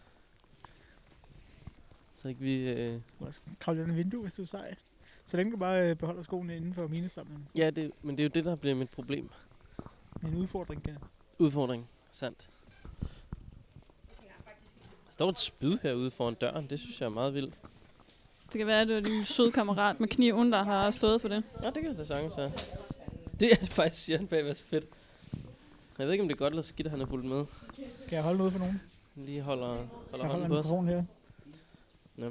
Så ikke vi... Kravle den vindue, hvis du er sej. Så længe du bare beholder skoene inden for minesamlingen. Ja, men det er jo det, der bliver mit problem. En udfordring, kan jeg. Udfordring, sandt. Der står et spyd herude foran døren. Det synes jeg er meget vildt. Det kan være, at det er din søde kammerat med kniven, der har stået for det. Ja, det kan det sagtens være. Det er det faktisk, siger han bag, så fedt. Jeg ved ikke, om det er godt eller skidt, at han er fuldt med. Kan jeg holde noget for nogen? Lige holder hånden på os. Her. Ja.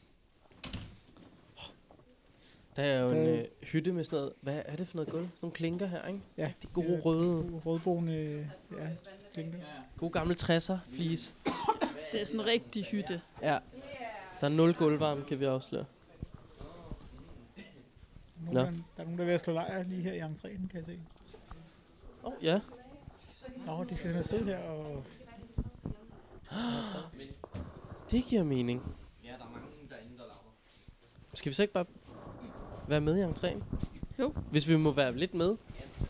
Der er jo en hytte med sådan noget... Hvad er det for noget gulv? Sådan nogle klinker her, ikke? Ja. De gode røde... Rødbrune klinker. Gode gamle 60'er flis. Det er sådan en rigtig hytte. Ja. Der er 0 gulvvarme, kan vi afsløre. Der er nogen, der er ved at slå lejr lige her i entréen, kan jeg se. Ja. Nå, de skal simpelthen sidde her og... Det giver mening. Ja, der er mange derinde, der laver. Skal vi så ikke bare være med i entréen? Jo. Hvis vi må være lidt med.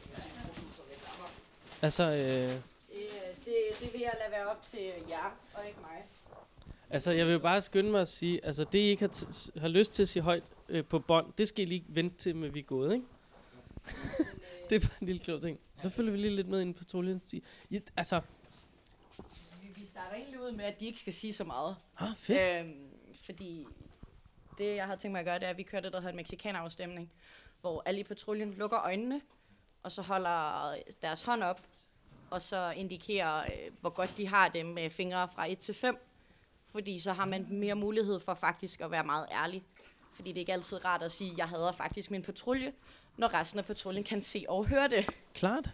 Altså... Det vil jeg lade være op til jer, og ikke mig. Altså, jeg vil jo bare skynde mig at sige, altså det I ikke har lyst til at sige højt på bånd, det skal I lige vente til, med vi er gået, ikke? Det er bare en lille klog ting. Der følger vi lige lidt med ind i patruljen. Altså... Vi starter egentlig ud med, at de ikke skal sige så meget. Fedt. Fordi det, jeg har tænkt mig at gøre, det er, at vi kører det, der hedder en mexicanerafstemning, hvor alle i patruljen lukker øjnene, og så holder deres hånd op, og så indikerer, hvor godt de har det med fingre fra 1 til 5. Fordi så har man mere mulighed for faktisk at være meget ærlig. Fordi det er ikke altid rart at sige, at jeg hader faktisk min patrulje, når resten af patruljen kan se og høre det. Klart.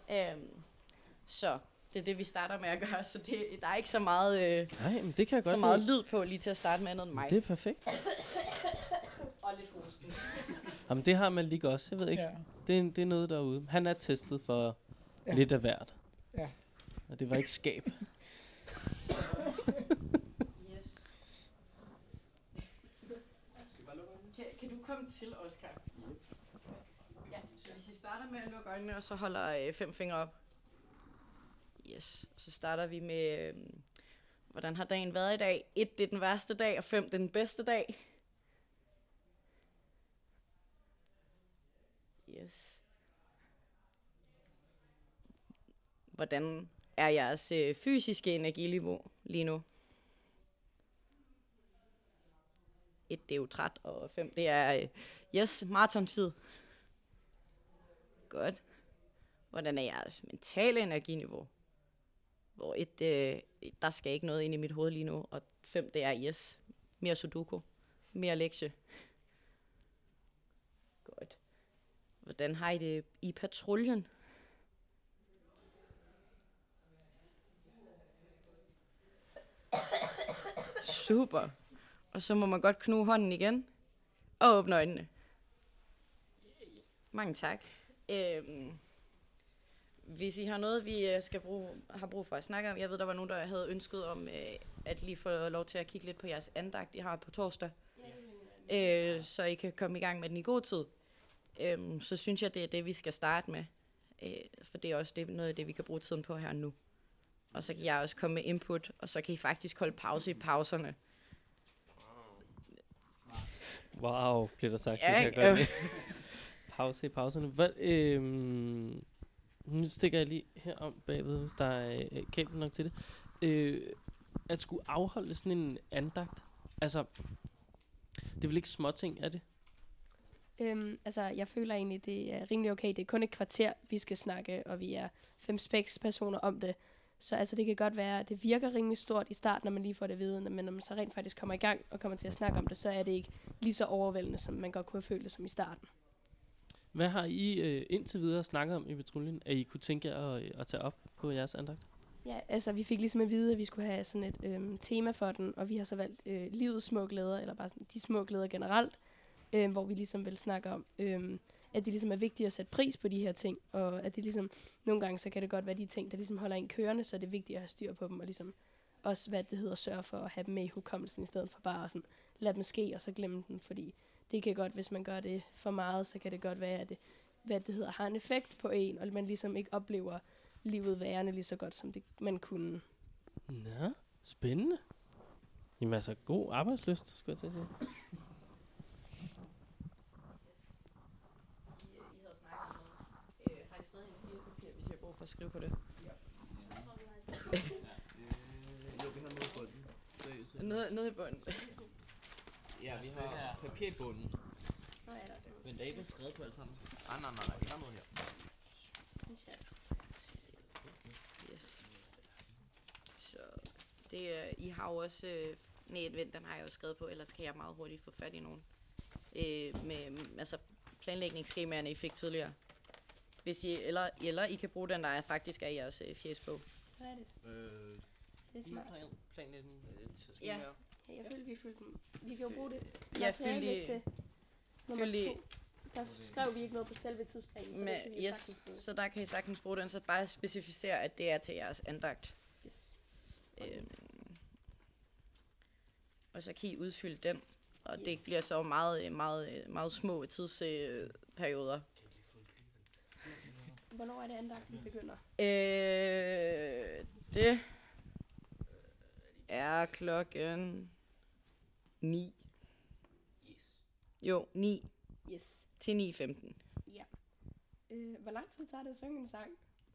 Så det er det, vi starter med at gøre. Så der er ikke så meget, nej, men det kan jeg godt så meget lyd på lige til at starte med andet end mig. Det er perfekt. Og lidt hosten. Jamen, det har man lige også, jeg ved ikke. Ja. Det er noget derude. Han er testet for lidt af hvert. Ja. Og det var ikke skab. Kan du komme til, Oscar? Ja, så hvis I starter med at lukke øjnene, og så holder 5 fingre op. Yes, så starter vi med, hvordan har dagen været i dag? 1, det er den værste dag, og 5, det er den bedste dag. Yes. Hvordan er jeres fysiske energiniveau lige nu? 1, det er jo træt, og 5, det er, maratontid. Godt. Hvordan er jeres mentale energiniveau? Hvor 1, der skal ikke noget ind i mit hoved lige nu, og 5, det er mere sudoku, mere lektie. Godt. Hvordan har I det i patruljen? Super. Og så må man godt knuge hånden igen. Og åbne øjnene. Mange tak. Hvis I har noget, vi har brug for at snakke om. Jeg ved, der var nogen, der havde ønsket om at lige få lov til at kigge lidt på jeres andagt, I har på torsdag. Så I kan komme i gang med den i god tid. Så synes jeg, det er det, vi skal starte med. For det er også noget af det, vi kan bruge tiden på her nu. Og så kan jeg også komme med input, og så kan I faktisk holde pause i pauserne. Wow, bliver der sagt. Ja, det kan jeg godt lide. Pause i pauserne. Nu stikker jeg lige herom bagved, hvis der er kabel nok til det. At skulle afholde sådan en andagt, altså, det er vel ikke småting, er det? Altså, jeg føler egentlig, det er rimelig okay. Det er kun et kvarter, vi skal snakke, og vi er 5-6 personer om det. Så altså, det kan godt være, at det virker rimelig stort i starten, når man lige får det at vide, men når man så rent faktisk kommer i gang og kommer til at snakke om det, så er det ikke lige så overvældende, som man godt kunne have følt det som i starten. Hvad har I indtil videre snakket om i patruljen, at I kunne tænke jer at tage op på jeres andagt? Ja, altså vi fik ligesom at vide, at vi skulle have sådan et tema for den, og vi har så valgt livets små glæder, eller bare sådan de små glæder generelt, hvor vi ligesom vil snakke om, at det ligesom er vigtigt at sætte pris på de her ting, og at det ligesom, nogle gange så kan det godt være de ting, der ligesom holder en kørende, så er det vigtigt at have styr på dem, og ligesom også, hvad det hedder, sørge for at have dem med i hukommelsen, i stedet for bare at sådan, lade dem ske, og så glemme dem, fordi det kan godt, hvis man gør det for meget, så kan det godt være, at det, hvad det hedder, har en effekt på en, og man ligesom ikke oplever livet værende lige så godt, som det man kunne. Nå, spændende. Jamen altså, god arbejdslyst, skulle jeg til at sige. Har I stadig en papir, hvis I har brug for at skrive på det? Jo, vi har noget i bunden. Noget i bunden. Ja, vi har papir i bunden. Men der er ikke skrevet på alt sammen. Nej, vi har noget her. Yes. Så det I har jo også vent, den har jeg jo skrevet på, ellers kan jeg meget hurtigt få fat i nogen. Med altså planlægningsskemaerne I fik tidligere. Hvis I eller I kan bruge den, der faktisk er i jeres fjesbog. Hvad er det? Det er smart. Planlægning. Ja, jeg føler, vi fyldte dem. Vi kan jo bruge det. Ja, fyld nummer 2. Der skrev vi ikke noget på selve tidsplanen, så det kan vi sagtens bruge. Så der kan I sagtens bruge den, så bare specificere, at det er til jeres andagt. Yes. Og så kan I udfylde den, og det bliver så meget små tidsperioder. Hvornår er det andagten begynder? Det er klokken 9. Jo, 9. Yes. Til 9:15. Ja. Hvor lang tid tager det at synge en sang?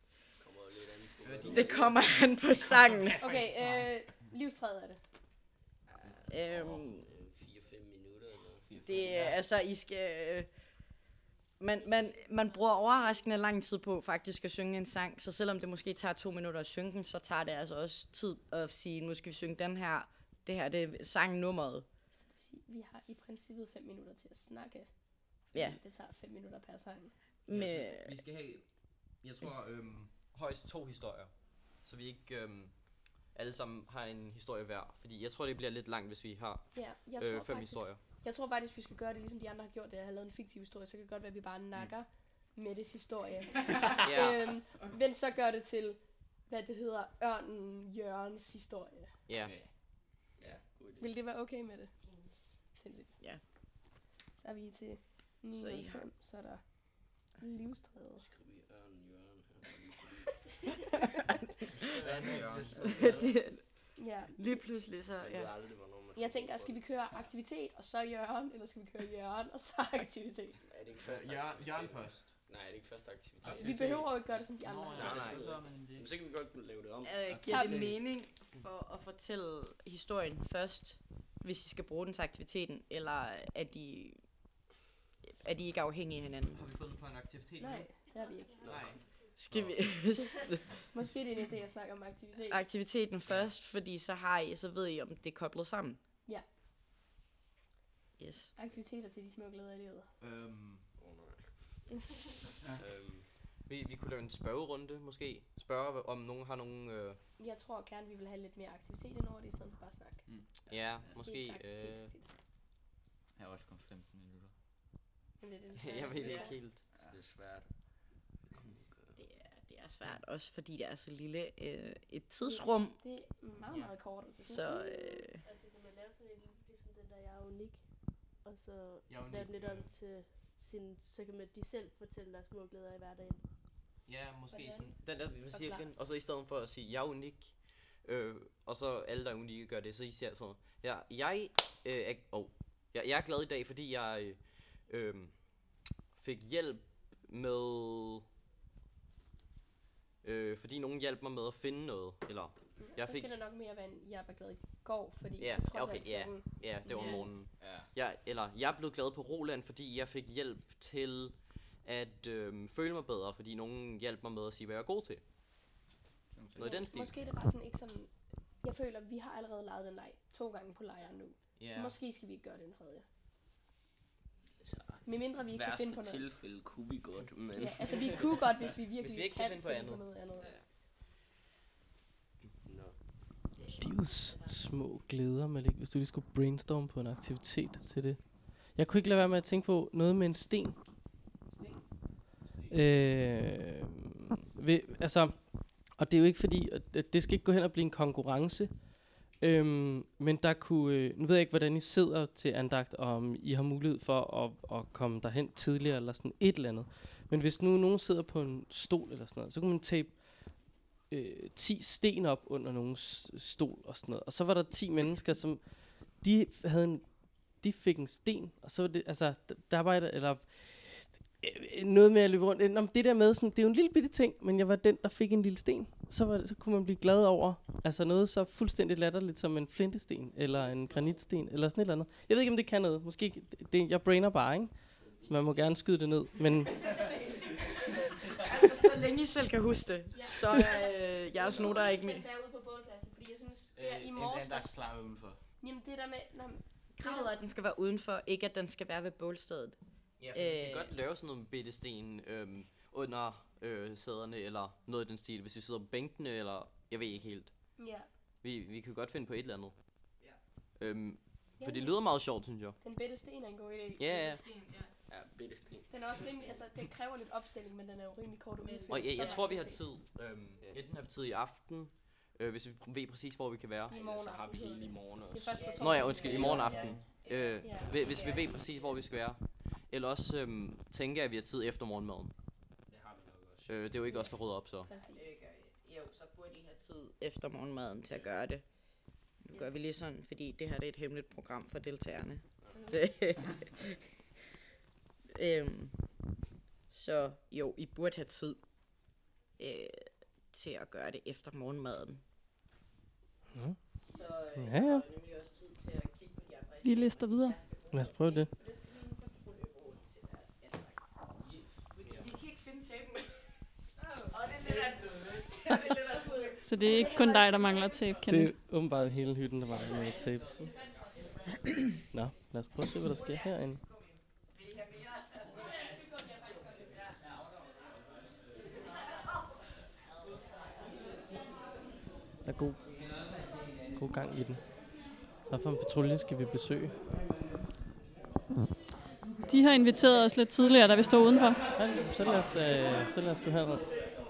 Det kommer an på sangen. Okay, livstræet er det. 4-5 minutter eller det er altså, I skal... Man bruger overraskende lang tid på faktisk at synge en sang, så selvom det måske tager 2 minutter at synge den, så tager det altså også tid at sige, nu skal vi synge den her. Det her, det er sangnummeret. Så det vil sige, vi har i princippet 5 minutter til at snakke. Ja. Det tager 5 minutter per sang. Vi skal have, jeg tror, højst 2 historier, så vi ikke alle sammen har en historie hver. Fordi jeg tror, det bliver lidt langt, hvis vi har 5 historier. Jeg tror faktisk, vi skal gøre det, ligesom de andre har gjort det. Jeg har lavet en fiktiv historie, så kan det godt være, at vi bare nakker Mettes historie. Men så gør det til, hvad det hedder, Ørnen Jørgens historie. Ja. Vil det være okay med det? Sindssygt. Ja. Så er vi til 9:05, så er der livstræet. Skriver vi Ørnen Jørgen her. Ja. Lige pludselig så, ja. Jeg tænker, skal vi køre aktivitet, og så Jørgen, eller skal vi køre Jørgen, og så aktivitet? Er det ikke først aktivitet? Jørgen først. Nej, er det ikke først aktivitet? Vi behøver jo ikke gøre det som de andre. Nej. Men så kan vi godt lave det om. Giver det mening for at fortælle historien først, hvis I skal bruge den til aktiviteten, eller er de ikke afhængige af hinanden? Har vi fundet på en aktivitet? Nej, det har vi ikke. Nej. Skal vi... Måske det er en idé at snakke om aktivitet. Aktiviteten først, fordi så ved I, om det er koblet sammen. Ja. Yes. Aktiviteter til de små glæder i livet. Vi kunne lave en spørgerunde, måske. Spørge, om nogen har nogen... Jeg tror gerne, vi vil have lidt mere aktivitet ind over det, i stedet for bare snak. Ja, måske... Jeg har også kun 15 minutter. Men det er jeg ved det ikke helt. Så det er svært. Det er svært, også fordi det er så lille et tidsrum. Det er meget, meget kort. Så, Altså, kan man lave sådan en, ligesom den der, jeg er unik, og så lave den lidt om til sin, så kan man de selv fortælle deres små glæder i hverdagen. Ja, måske sådan, den der vi siger igen, og så i stedet for at sige, jeg er unik, og så alle der er unikke gør det, så I siger sådan, ja, jeg er glad i dag, fordi jeg fik hjælp med, fordi nogen hjalp mig med at finde noget, eller jeg så fik... skal det nok mere være en, jeg var glad i går, fordi Ja, jeg trods okay, alt ja, det var om morgenen. Jeg er blevet glad på Roland, fordi jeg fik hjælp til at føle mig bedre, fordi nogen hjalp mig med at sige, hvad jeg er god til. Noget i den stil. Måske er det bare sådan ikke sådan, jeg føler, at vi har allerede lejet den leg 2 gange på lejren nu. Ja. Måske skal vi ikke gøre det en tredje. Med mindre vi ikke kan finde på noget. Tilfælde kunne vi godt, men... Ja, altså vi kunne godt, hvis vi virkelig hvis vi ikke kan finde på andet. noget andet. Livets små glæder, Malik, hvis du lige skulle brainstorme på en aktivitet til det. Jeg kunne ikke lade være med at tænke på noget med en sten. Altså, og det er jo ikke fordi, at det skal ikke gå hen og blive en konkurrence. Men der kunne, nu ved jeg ikke, hvordan I sidder til andagt, og om I har mulighed for at komme derhen tidligere, eller sådan et eller andet. Men hvis nu nogen sidder på en stol eller sådan noget, så kunne man tape 10 sten op under nogens stol og sådan noget. Og så var der 10 mennesker, som de fik en sten, og så var det, altså, der var eller noget med at løbe rundt. Nå, det der med sådan, det er jo en lille bitte ting, men jeg var den, der fik en lille sten. Så kunne man blive glad over, altså noget så fuldstændig latterligt som en flintesten, eller en granitsten, eller sådan et eller andet. Jeg ved ikke, om det kan noget. Måske, jeg brainer bare, ikke? Så man må gerne skyde det ned, men... Altså, så længe I selv kan huske det, så er jeres noter ikke med. Jeg ude på bålpladsen, fordi jeg synes, det er i morges, der slap udenfor. Jamen, det der med... Kravet er, at den skal være udenfor, ikke at den skal være ved bålstedet. Ja, for vi kan godt lave sådan noget bitte sten under sæderne, eller noget i den stil, hvis vi sidder på bænkene, eller jeg ved ikke helt. Ja. Vi kan godt finde på et eller andet. For det lyder meget sjovt, synes jeg. Den bitte sten er en god idé. Ja. Ja, bitte sten. Den er også rimelig, altså den kræver lidt opstilling, men den er jo rimelig kort at udføre. Og jeg tror, vi har tid. Enten har vi tid i aften, hvis vi ved præcis, hvor vi kan være. I morgen så har vi hele i morgen også. Det er først på torsdag. Nå ja, undskyld, i morgen aften. Hvis vi ved præcis, hvor vi skal være. Eller også tænker jeg, at vi har tid efter morgenmaden. Det har vi nok også. Det er jo ikke os, der rydder op, så. Jo, så burde I have tid efter morgenmaden til at gøre det. Nu gør vi lige sådan, fordi det her det er et hemmeligt program for deltagerne. Så jo, I burde have tid til at gøre det efter morgenmaden. Så Ja. har nemlig også tid til at kigge på de andre. Vi lister videre. Lad os prøve det. Vi kan ikke finde tapen. Og det er lidt Så det er ikke kun dig, der mangler tape, Ken? Det er åbenbart hele hytten, der mangler med tape. Nå, lad os prøve at se, hvad der sker herinde. Der er god gang i den. Hvad for en patrulje skal vi besøge? De har inviteret os lidt tidligere, da vi stod udenfor. Ja, så lad os gå herud.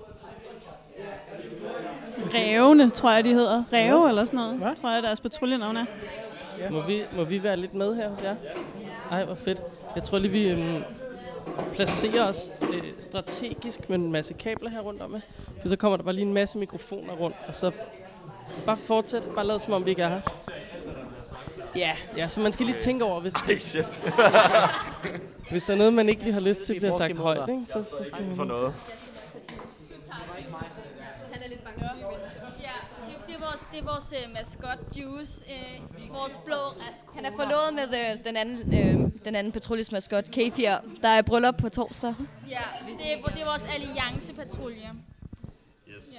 Rævene, tror jeg, de hedder. Ræve eller sådan noget. Hvad? Tror jeg, deres patruljenavn er. Må vi være lidt med her hos jer? Ej, hvor fedt. Jeg tror lige, vi placerer os strategisk med en masse kabler her rundt om. For så kommer der bare lige en masse mikrofoner rundt, og så bare fortsæt. Bare lad som om vi ikke er her. Ja, så man skal lige tænke over, hvis hvis der er noget, man ikke lige har lyst til, bliver sagt højt, ikke? Så skal man... For noget. Han er lidt bange for mennesker. Ja, det er vores maskot, Juice. Vores blå. Han er forlovet med den anden patruljes maskot, K4. Der er bryllup på torsdag. Ja, det er vores alliancepatrulje. Yes.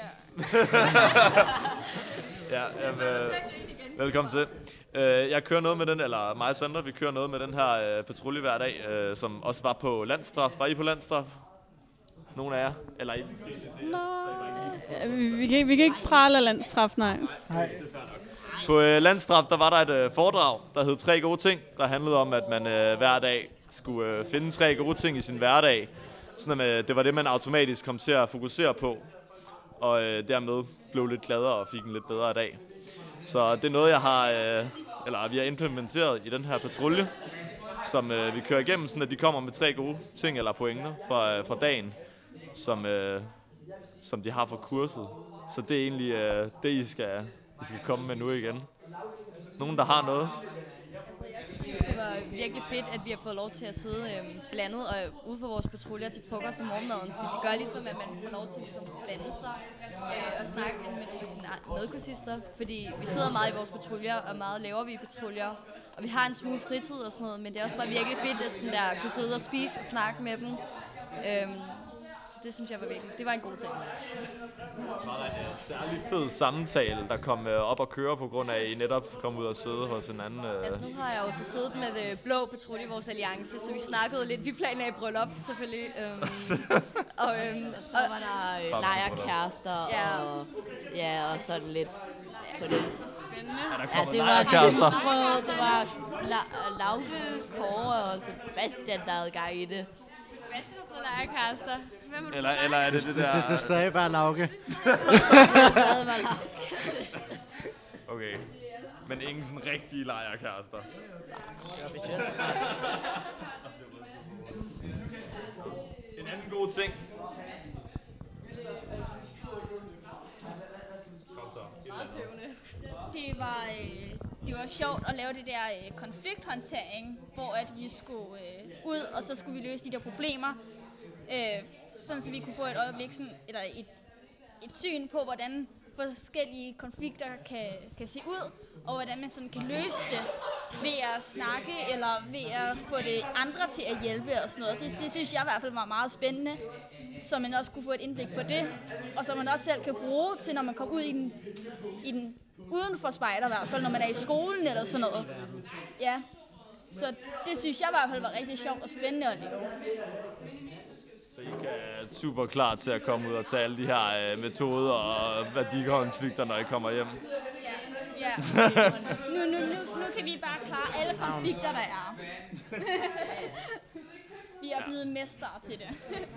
Ja, velkommen til. Jeg kører noget med den, eller mig og Sandra, vi kører noget med den her patrulje hver dag, som også var på landstraf. Var I på landstraf? Nogle af jer? Eller I? Vi kan ikke prale af landstraf, nej. På landstraf, der var der et foredrag, der hed 3 gode ting, der handlede om, at man hver dag skulle finde 3 gode ting i sin hverdag. Sådan at det var det, man automatisk kom til at fokusere på. og dermed blev lidt gladere og fik en lidt bedre dag. Så det er noget, vi har implementeret i den her patrulje, som vi kører igennem, sådan at de kommer med 3 gode ting eller pointer fra dagen, som de har fra kurset. Så det er egentlig det, I skal komme med nu igen. Nogen, der har noget? Jeg synes, det var virkelig fedt, at vi har fået lov til at sidde blandet og ude for vores patruljer til frokost og morgenmaden. For det gør ligesom, at man får lov til ligesom, at blande sig og snakke med sine medkursister. Fordi vi sidder meget i vores patruljer, og meget laver vi i patruljer. Og vi har en smule fritid og sådan noget, men det er også bare virkelig fedt at sådan der, kunne sidde og spise og snakke med dem. Så det synes jeg var virkelig, det var en god ting. Var der en særlig fed samtale, der kom op og køre på grund af, at I netop kom ud og sidde hos en anden? Altså nu har jeg jo så siddet med Blå Patrulje i vores alliance, så vi snakkede lidt. Vi planlagde bryllup, selvfølgelig. Så var der lejerkærester og sådan lidt på det. Det er spændende. Det var Lauke, Kåre og Sebastian, der havde gang i det. Sebastian på lejerkærester. Eller er det der? Det er stadig bare Lauke. Okay. Men ingen sådan rigtige lejerkærester. En anden god ting. Kom så. Det var sjovt at lave det der konflikthåndtering, hvor at vi skulle ud, og så skulle vi løse de der problemer. Sådan så vi kunne få et øjeblik, eller et syn på, hvordan forskellige konflikter kan se ud, og hvordan man sådan kan løse det ved at snakke, eller ved at få det andre til at hjælpe og sådan noget. Det synes jeg i hvert fald var meget spændende, så man også kunne få et indblik på det, og så man også selv kan bruge til, når man kommer ud i den uden for spejder i hvert fald, når man er i skolen eller sådan noget. Ja, så det synes jeg i hvert fald var rigtig sjovt og spændende at lave. Så I kan super klar til at komme ud og tage alle de her metoder og værdikonflikter, når I kommer hjem? Ja. Nu kan vi bare klare alle konflikter, der er. Vi er blevet mestre til det.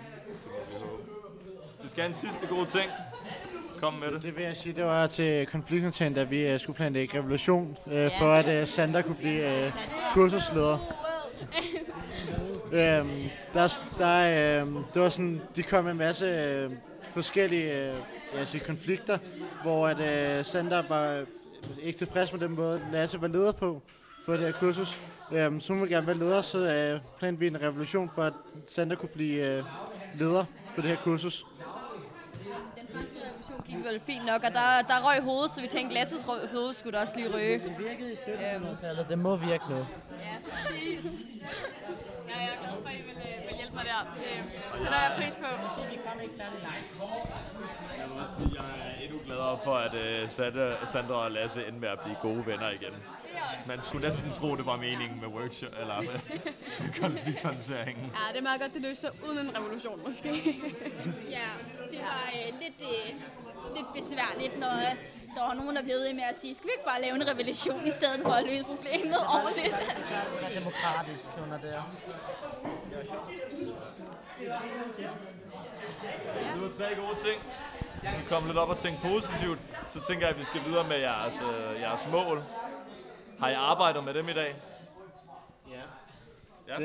Vi skal have en sidste god ting. Kom med det. Det vil jeg sige, det var til konflikthåndtering, da vi skulle planlægge revolution, for at Sander kunne blive kursusleder. Det var sådan, de kom med en masse forskellige konflikter, hvor at Sander var ikke tilfreds med den måde, Lasse var leder på for det her kursus. Så hun ville gerne være leder, så planede vi en revolution for, at Sander kunne blive leder for det her kursus. Den franske revolution gik vel fint nok, og der røg hovedet, så vi tænkte, Lasses hoved skulle da også lige røge. Det virkede i 1700-tallet, det må virke nu. Ja, præcis. Ja, jeg er glad for, at I vil hjælpe mig der. Det sætter jeg pris på. Vi kom ikke særlig langt. Jeg vil også sige, at jeg er endnu gladere for, at Sandra og Lasse endte med at blive gode venner igen. Man skulle næsten tro, det var meningen med workshop, eller med konflikthåndteringen. Ja, det er meget godt, det løser uden en revolution, måske. Ja, det var lidt besværligt, når der var nogen, der blev ved med at sige, skal vi ikke bare lave en revolution i stedet for at løse problemet ordentligt? Det var demokratisk under det. Det var 3 gode ting. Vi kom lidt op og tænkte positivt. Så tænker jeg, at vi skal videre med jeres mål. Har I arbejdet med dem i dag? Ja.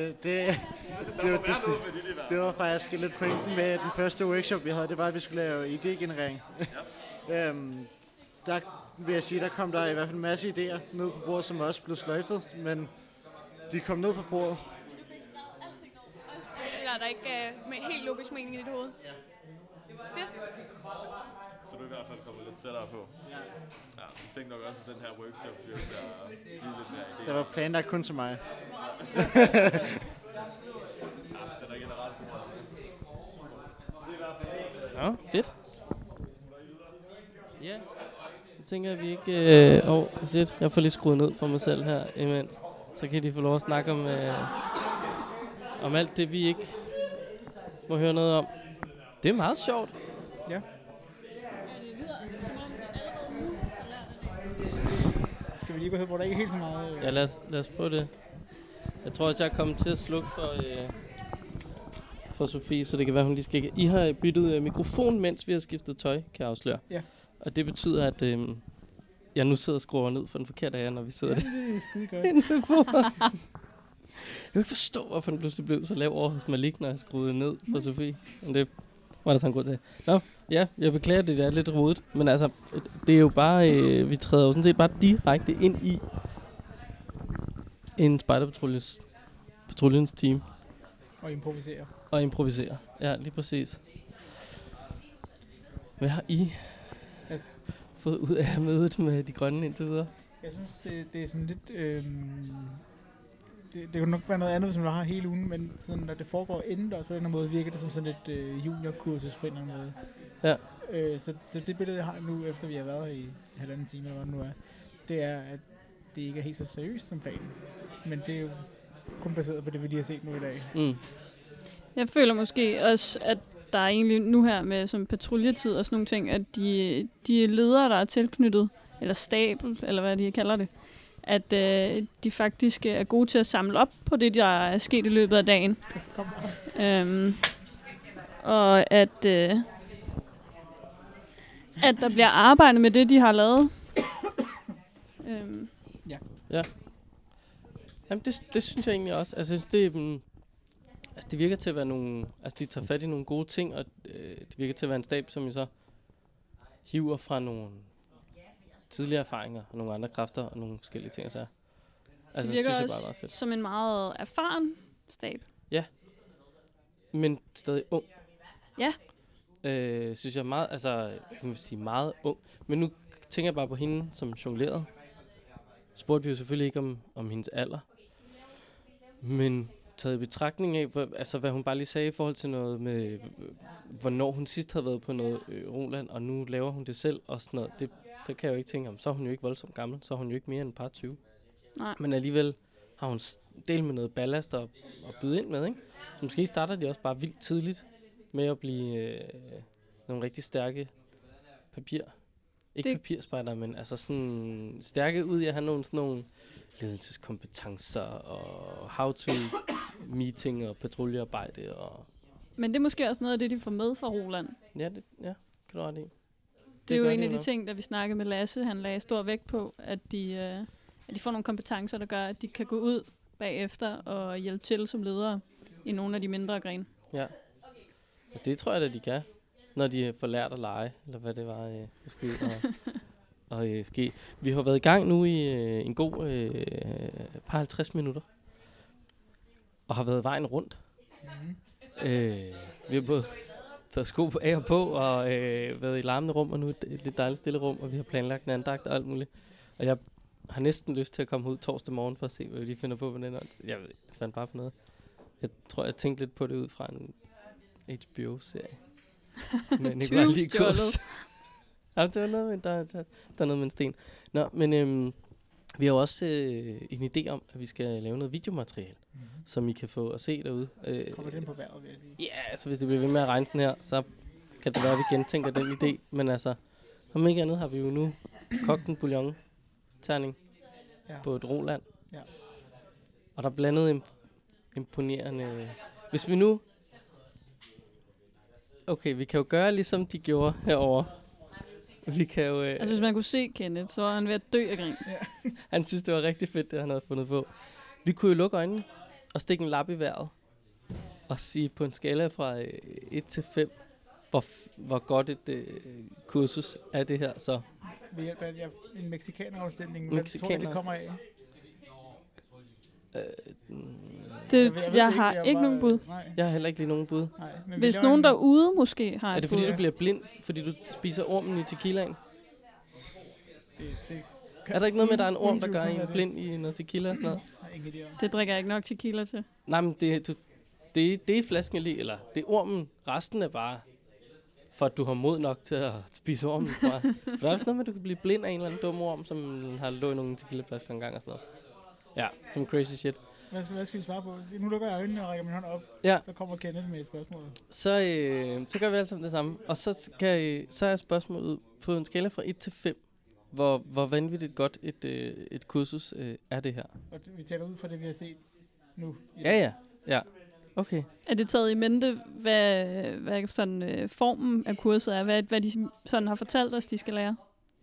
Det var faktisk lidt pointen med den første workshop, vi havde. Det var, at vi skulle lave idégenerering. Ja. Der vil jeg sige, der kom der i hvert fald en masse idéer ned på bordet, som også blev sløjfet. Men de kom ned på bordet. Eller er der ikke helt logisk mening i dit hoved? Fedt. Så du er i hvert fald kommet lidt tættere på. Ja, jeg tænkte nok også, at den her workshop bliver lidt mere idé. Det var planlagt kun til mig. Ja, det er der generelt. Så det er i hvert fald Ja, fedt. Ja. Jeg tænker, at vi ikke... shit, jeg får lige skruet ned for mig selv her imens. Så kan de få lov at snakke om alt det, vi ikke må høre noget om. Det er meget sjovt. Ja. Skal vi lige gå hen, hvor der ikke er helt så meget... Ja, lad os prøve det. Jeg tror også, jeg er kommet til at slukke for fra Sofie, så det kan være, hun lige skal... I har byttet mikrofon, mens vi har skiftet tøj, kan jeg afsløre. Ja. Og det betyder, at jeg nu sidder og skruer ned for den forkerte af jer, når vi sidder det er skide godt. inde ved bordet. Jeg kan ikke forstå, hvorfor den pludselig blev så lav over hos Malik, når jeg skruede ned for Sofie. Men det var der sådan en grund til. Nå, ja, jeg beklager, det er lidt rodet. Men altså, det er jo bare... vi træder jo sådan set bare direkte ind i en spejderpatruljens team. Og improvisere. Ja, lige præcis. Hvad har I fået ud af mødet med de grønne indtil videre? Jeg synes, det er sådan lidt... det kunne nok være noget andet, hvis man har hele ugen, men sådan, når det foregår indendørs på den her måde, virker det som sådan et juniorkursus på en eller anden måde. Ja. Så det billede, jeg har nu, efter vi har været her i 1,5 time, eller hvad det nu er, det er, at det ikke er helt så seriøst som planen. Men det er jo kun baseret på det, vi lige har set nu i dag. Mm. Jeg føler måske også, at der er egentlig nu her med som patruljetid og sådan nogle ting, at de ledere, der er tilknyttet, eller stabel, eller hvad de kalder det, at de faktisk er gode til at samle op på det, der er sket i løbet af dagen. Og at der bliver arbejdet med det, de har lavet. Ja. Jamen, det synes jeg egentlig også. Altså, det virker til at være nogle... Altså, de tager fat i nogle gode ting, og det virker til at være en stab, som jo så hiver fra nogle tidligere erfaringer, og nogle andre kræfter, og nogle forskellige ting. Altså, det virker også bare fedt. Som en meget erfaren stab. Ja. Men stadig ung. Ja. Synes jeg meget... Altså, jeg kan sige meget ung. Men nu tænker jeg bare på hende, som jonglerede. Spurgte vi jo selvfølgelig ikke om hendes alder. Men taget i betragtning af, hvad hun bare lige sagde i forhold til noget med, hvornår hun sidst havde været på noget Roland, og nu laver hun det selv og sådan noget. Det kan jeg jo ikke tænke om. Så er hun jo ikke voldsomt gammel. Så er hun jo ikke mere end et par 20. Nej. Men alligevel har hun del med noget ballast og byde ind med, ikke? Så måske starter de også bare vildt tidligt med at blive nogle rigtig stærke papirspejder, men altså sådan stærke ud i at have sådan nogle ledelseskompetencer og how-to-meeting og patruljearbejde. Men det er måske også noget af det, de får med fra Roland. Ja, kan du ret i. Det er jo en af de ting, der vi snakkede med Lasse, han lagde stor vægt på, at de får nogle kompetencer, der gør, at de kan gå ud bagefter og hjælpe til som ledere i nogle af de mindre grene. Ja, og det tror jeg da, de kan, når de får lært at lege, eller hvad det var, der skulle ud og ske. Vi har været i gang nu i en god par 50 minutter, og har været vejen rundt. Vi har både taget sko af og på, og været i larmende rum, og nu et lidt dejligt stille rum, og vi har planlagt en andagt og alt muligt. Og jeg har næsten lyst til at komme ud torsdag morgen for at se, hvad vi lige finder på den. Jeg fandt bare på noget. Jeg tror, jeg tænkte lidt på det ud fra en HBO-serie. Men ikke bare lige kurs. Ja, det var noget med, der er noget med en sten. Nå, men vi har jo også en idé om, at vi skal lave noget videomateriale, som I kan få at se derude. Kommer den på vejret, vil jeg sige. Ja, altså hvis det bliver ved med at regne sådan her, så kan det være, at vi gentænker den idé. Men altså, om ikke andet har vi jo nu kogt en bouillon-terning på et Roland. Ja. Og der er blandet imponerende... Hvis vi nu... Okay, vi kan jo gøre ligesom de gjorde herovre. Vi kan jo... Altså hvis man kunne se Kenneth, så var han ved at dø af grin. Han synes, det var rigtig fedt, det han havde fundet på. Vi kunne jo lukke øjnene og stikke en lap i vejret. Og sige på en skala fra 1 til 5, hvor godt et kursus er det her så. Ved hjælp af en mexikaner-afstemning. Hvad tror jeg, det kommer af? Jeg har ikke nogen bud. Jeg har heller ikke lige nogen bud. Hvis nogen derude måske har er det fordi, du bliver blind, fordi du spiser ormen i tequilaen? Er der ikke noget med, at der er en orm, der gør en blind i noget tequila og sådan noget? Det drikker jeg ikke nok tequila til. Nej, men det er flasken lige, eller det er ormen. Resten er bare, for at du har mod nok til at spise ormen, tror jeg. For der er også noget med, at du kan blive blind af en eller anden dum orm, som har lå i nogle tequila-flasker engang og sådan noget. Ja, som crazy shit. Hvad skal vi svare på? Nu lukker jeg øjnene og rækker min hånd op. Ja. Så kommer Kenneth med et spørgsmål. Så gør vi alle sammen det samme. Og så er spørgsmålet på en skala fra 1 til 5. Hvor vanvittigt godt et kursus er det her? Og vi taler ud fra det, vi har set nu. Ja. Okay. Er det taget i mente, hvad sådan, formen af kurset er? Hvad de sådan har fortalt os, de skal lære?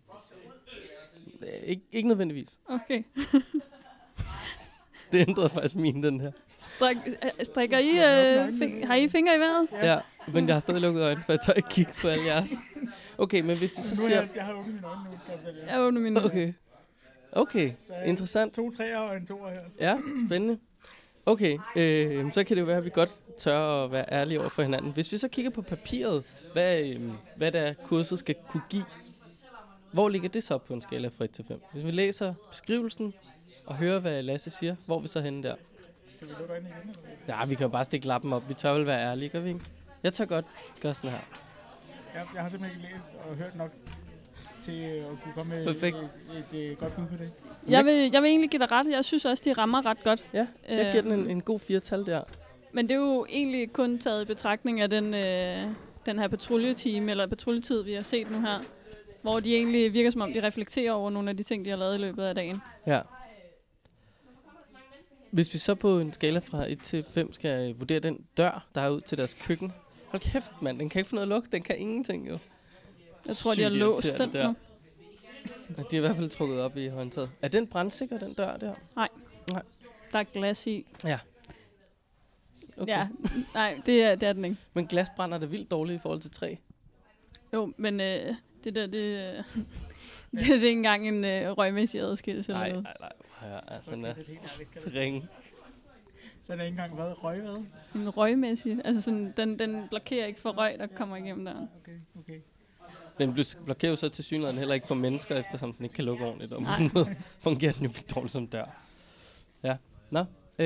Ikke nødvendigvis. Okay. Det ændrede faktisk den her. Strikker I? Har I fingre i vejret? Ja, men jeg har stadig lukket øjnene, for jeg tør ikke kigge på alle jeres. Okay, men hvis I så siger... Jeg har åbnet mine øjne nu. Jeg åbner mine øjne. Okay, interessant. 2 3'er og en 2'er her. Ja, spændende. Okay, så kan det jo være, at vi godt tør at være ærlige over for hinanden. Hvis vi så kigger på papiret, hvad der kurset skal kunne give, hvor ligger det så på en skala fra 1 til 5? Hvis vi læser beskrivelsen og hører, hvad Lasse siger, hvor er vi så henne der? Skal vi lukke øjnene igen? Ja, vi kan jo bare stikke lappen op. Vi tør vel være ærlige, gør vi ikke? Jeg tør godt gøre sådan her. Jeg har simpelthen ikke læst og hørt nok til at kunne komme med et godt bud på det. Jeg vil egentlig give dig ret. Jeg synes også, de rammer ret godt. Ja, jeg giver den en god 4-tal der. Men det er jo egentlig kun taget i betragtning af den her patruljetime, eller patruljetid, vi har set nu her, hvor de egentlig virker som om, de reflekterer over nogle af de ting, de har lavet i løbet af dagen. Ja. Hvis vi så på en skala fra 1 til 5 skal vurdere den dør, der er ud til deres køkken. Hold kæft, mand. Den kan ikke få noget at lukke. Den kan ingenting, jo. Jeg tror, de har låst den nu. De har i hvert fald trukket op i håndtaget. Er den brandsikker, den dør der? Nej. Der er glas i. Ja. Okay. Ja, nej, det er den ikke. Men glas brænder det vildt dårligt i forhold til træ. Jo, men det er ikke engang en røgmæssig adskillelse. Nej. Ja, altså, den er streng. Den er ikke engang været røgvad? En røgmæssig. Altså sådan, den blokerer ikke for røg, der kommer igennem døren. Okay. Den blokerer jo så til synligheden heller ikke for mennesker, eftersom den ikke kan lukke ordentligt. Og på den måde fungerer den jo dårligt som dør. Ja. Nå.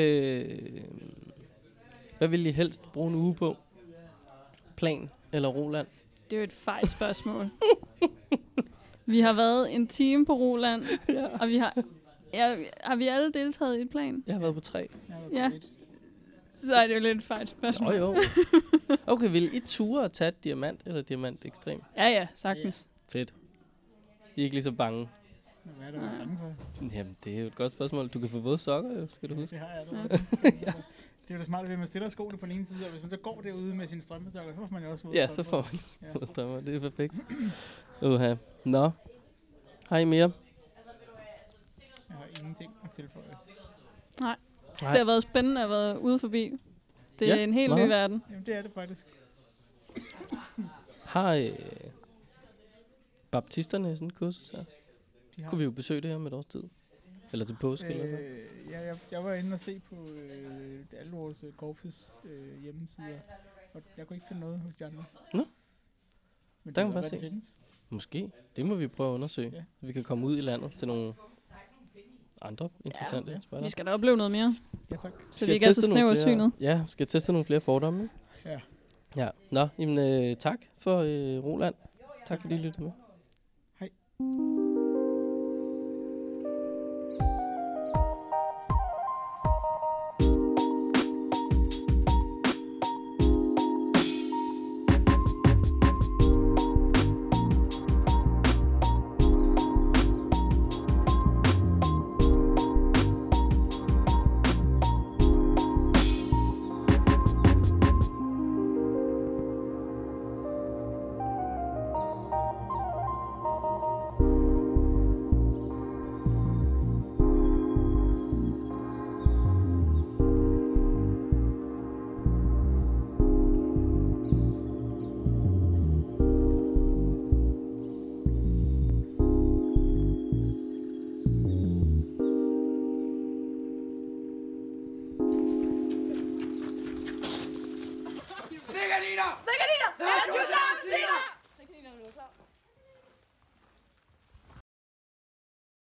Hvad vil I helst bruge en uge på? Plan eller Roland? Det er jo et fejl spørgsmål. Vi har været en time på Roland, og vi har vi alle deltaget i et plan? Jeg har været på 3. Ja. Så er det jo lidt et fejl spørgsmål. Jo. Okay, vil I ture at tage et diamant eller diamant ekstrem? Ja, sagtens. Fedt. I er ikke lige så bange? Hvad er der bange for? Jamen, det er jo et godt spørgsmål. Du kan få våde sokker, jo, skal du huske. Det har jeg da. Ja. Det er jo det smarte ved, at man stiller skoene på den ene side, og hvis man så går derude med sine strømpesokker, så får man jo også våde Ja, så får man våde strømper. Det er perfekt. Nå. Har I mere? Jeg har ingenting at tilføje. Nej. Det har været spændende at være ude forbi. Det er en helt ny verden. Jamen, det er det faktisk. Har baptisterne sådan et kursus her? Kunne vi jo besøge det her med et års tid? Eller til påske? Eller hvad? Ja, jeg var inde og se på alle vores korpses hjemmesider, og jeg kunne ikke finde noget hos de andre. Nå. Men der kan man bare se. Måske. Det må vi prøve at undersøge. Ja. Vi kan komme ud i landet til nogle andre interessante spørgsmål. Vi skal da opleve noget mere. Ja, tak. Så vi ikke er så snævre synet. Ja, skal teste nogle flere fordomme. Ja. Ja. Nå, jamen tak for Roland. Tak fordi I lyttede med. Hej. Stikker Nina! Ja,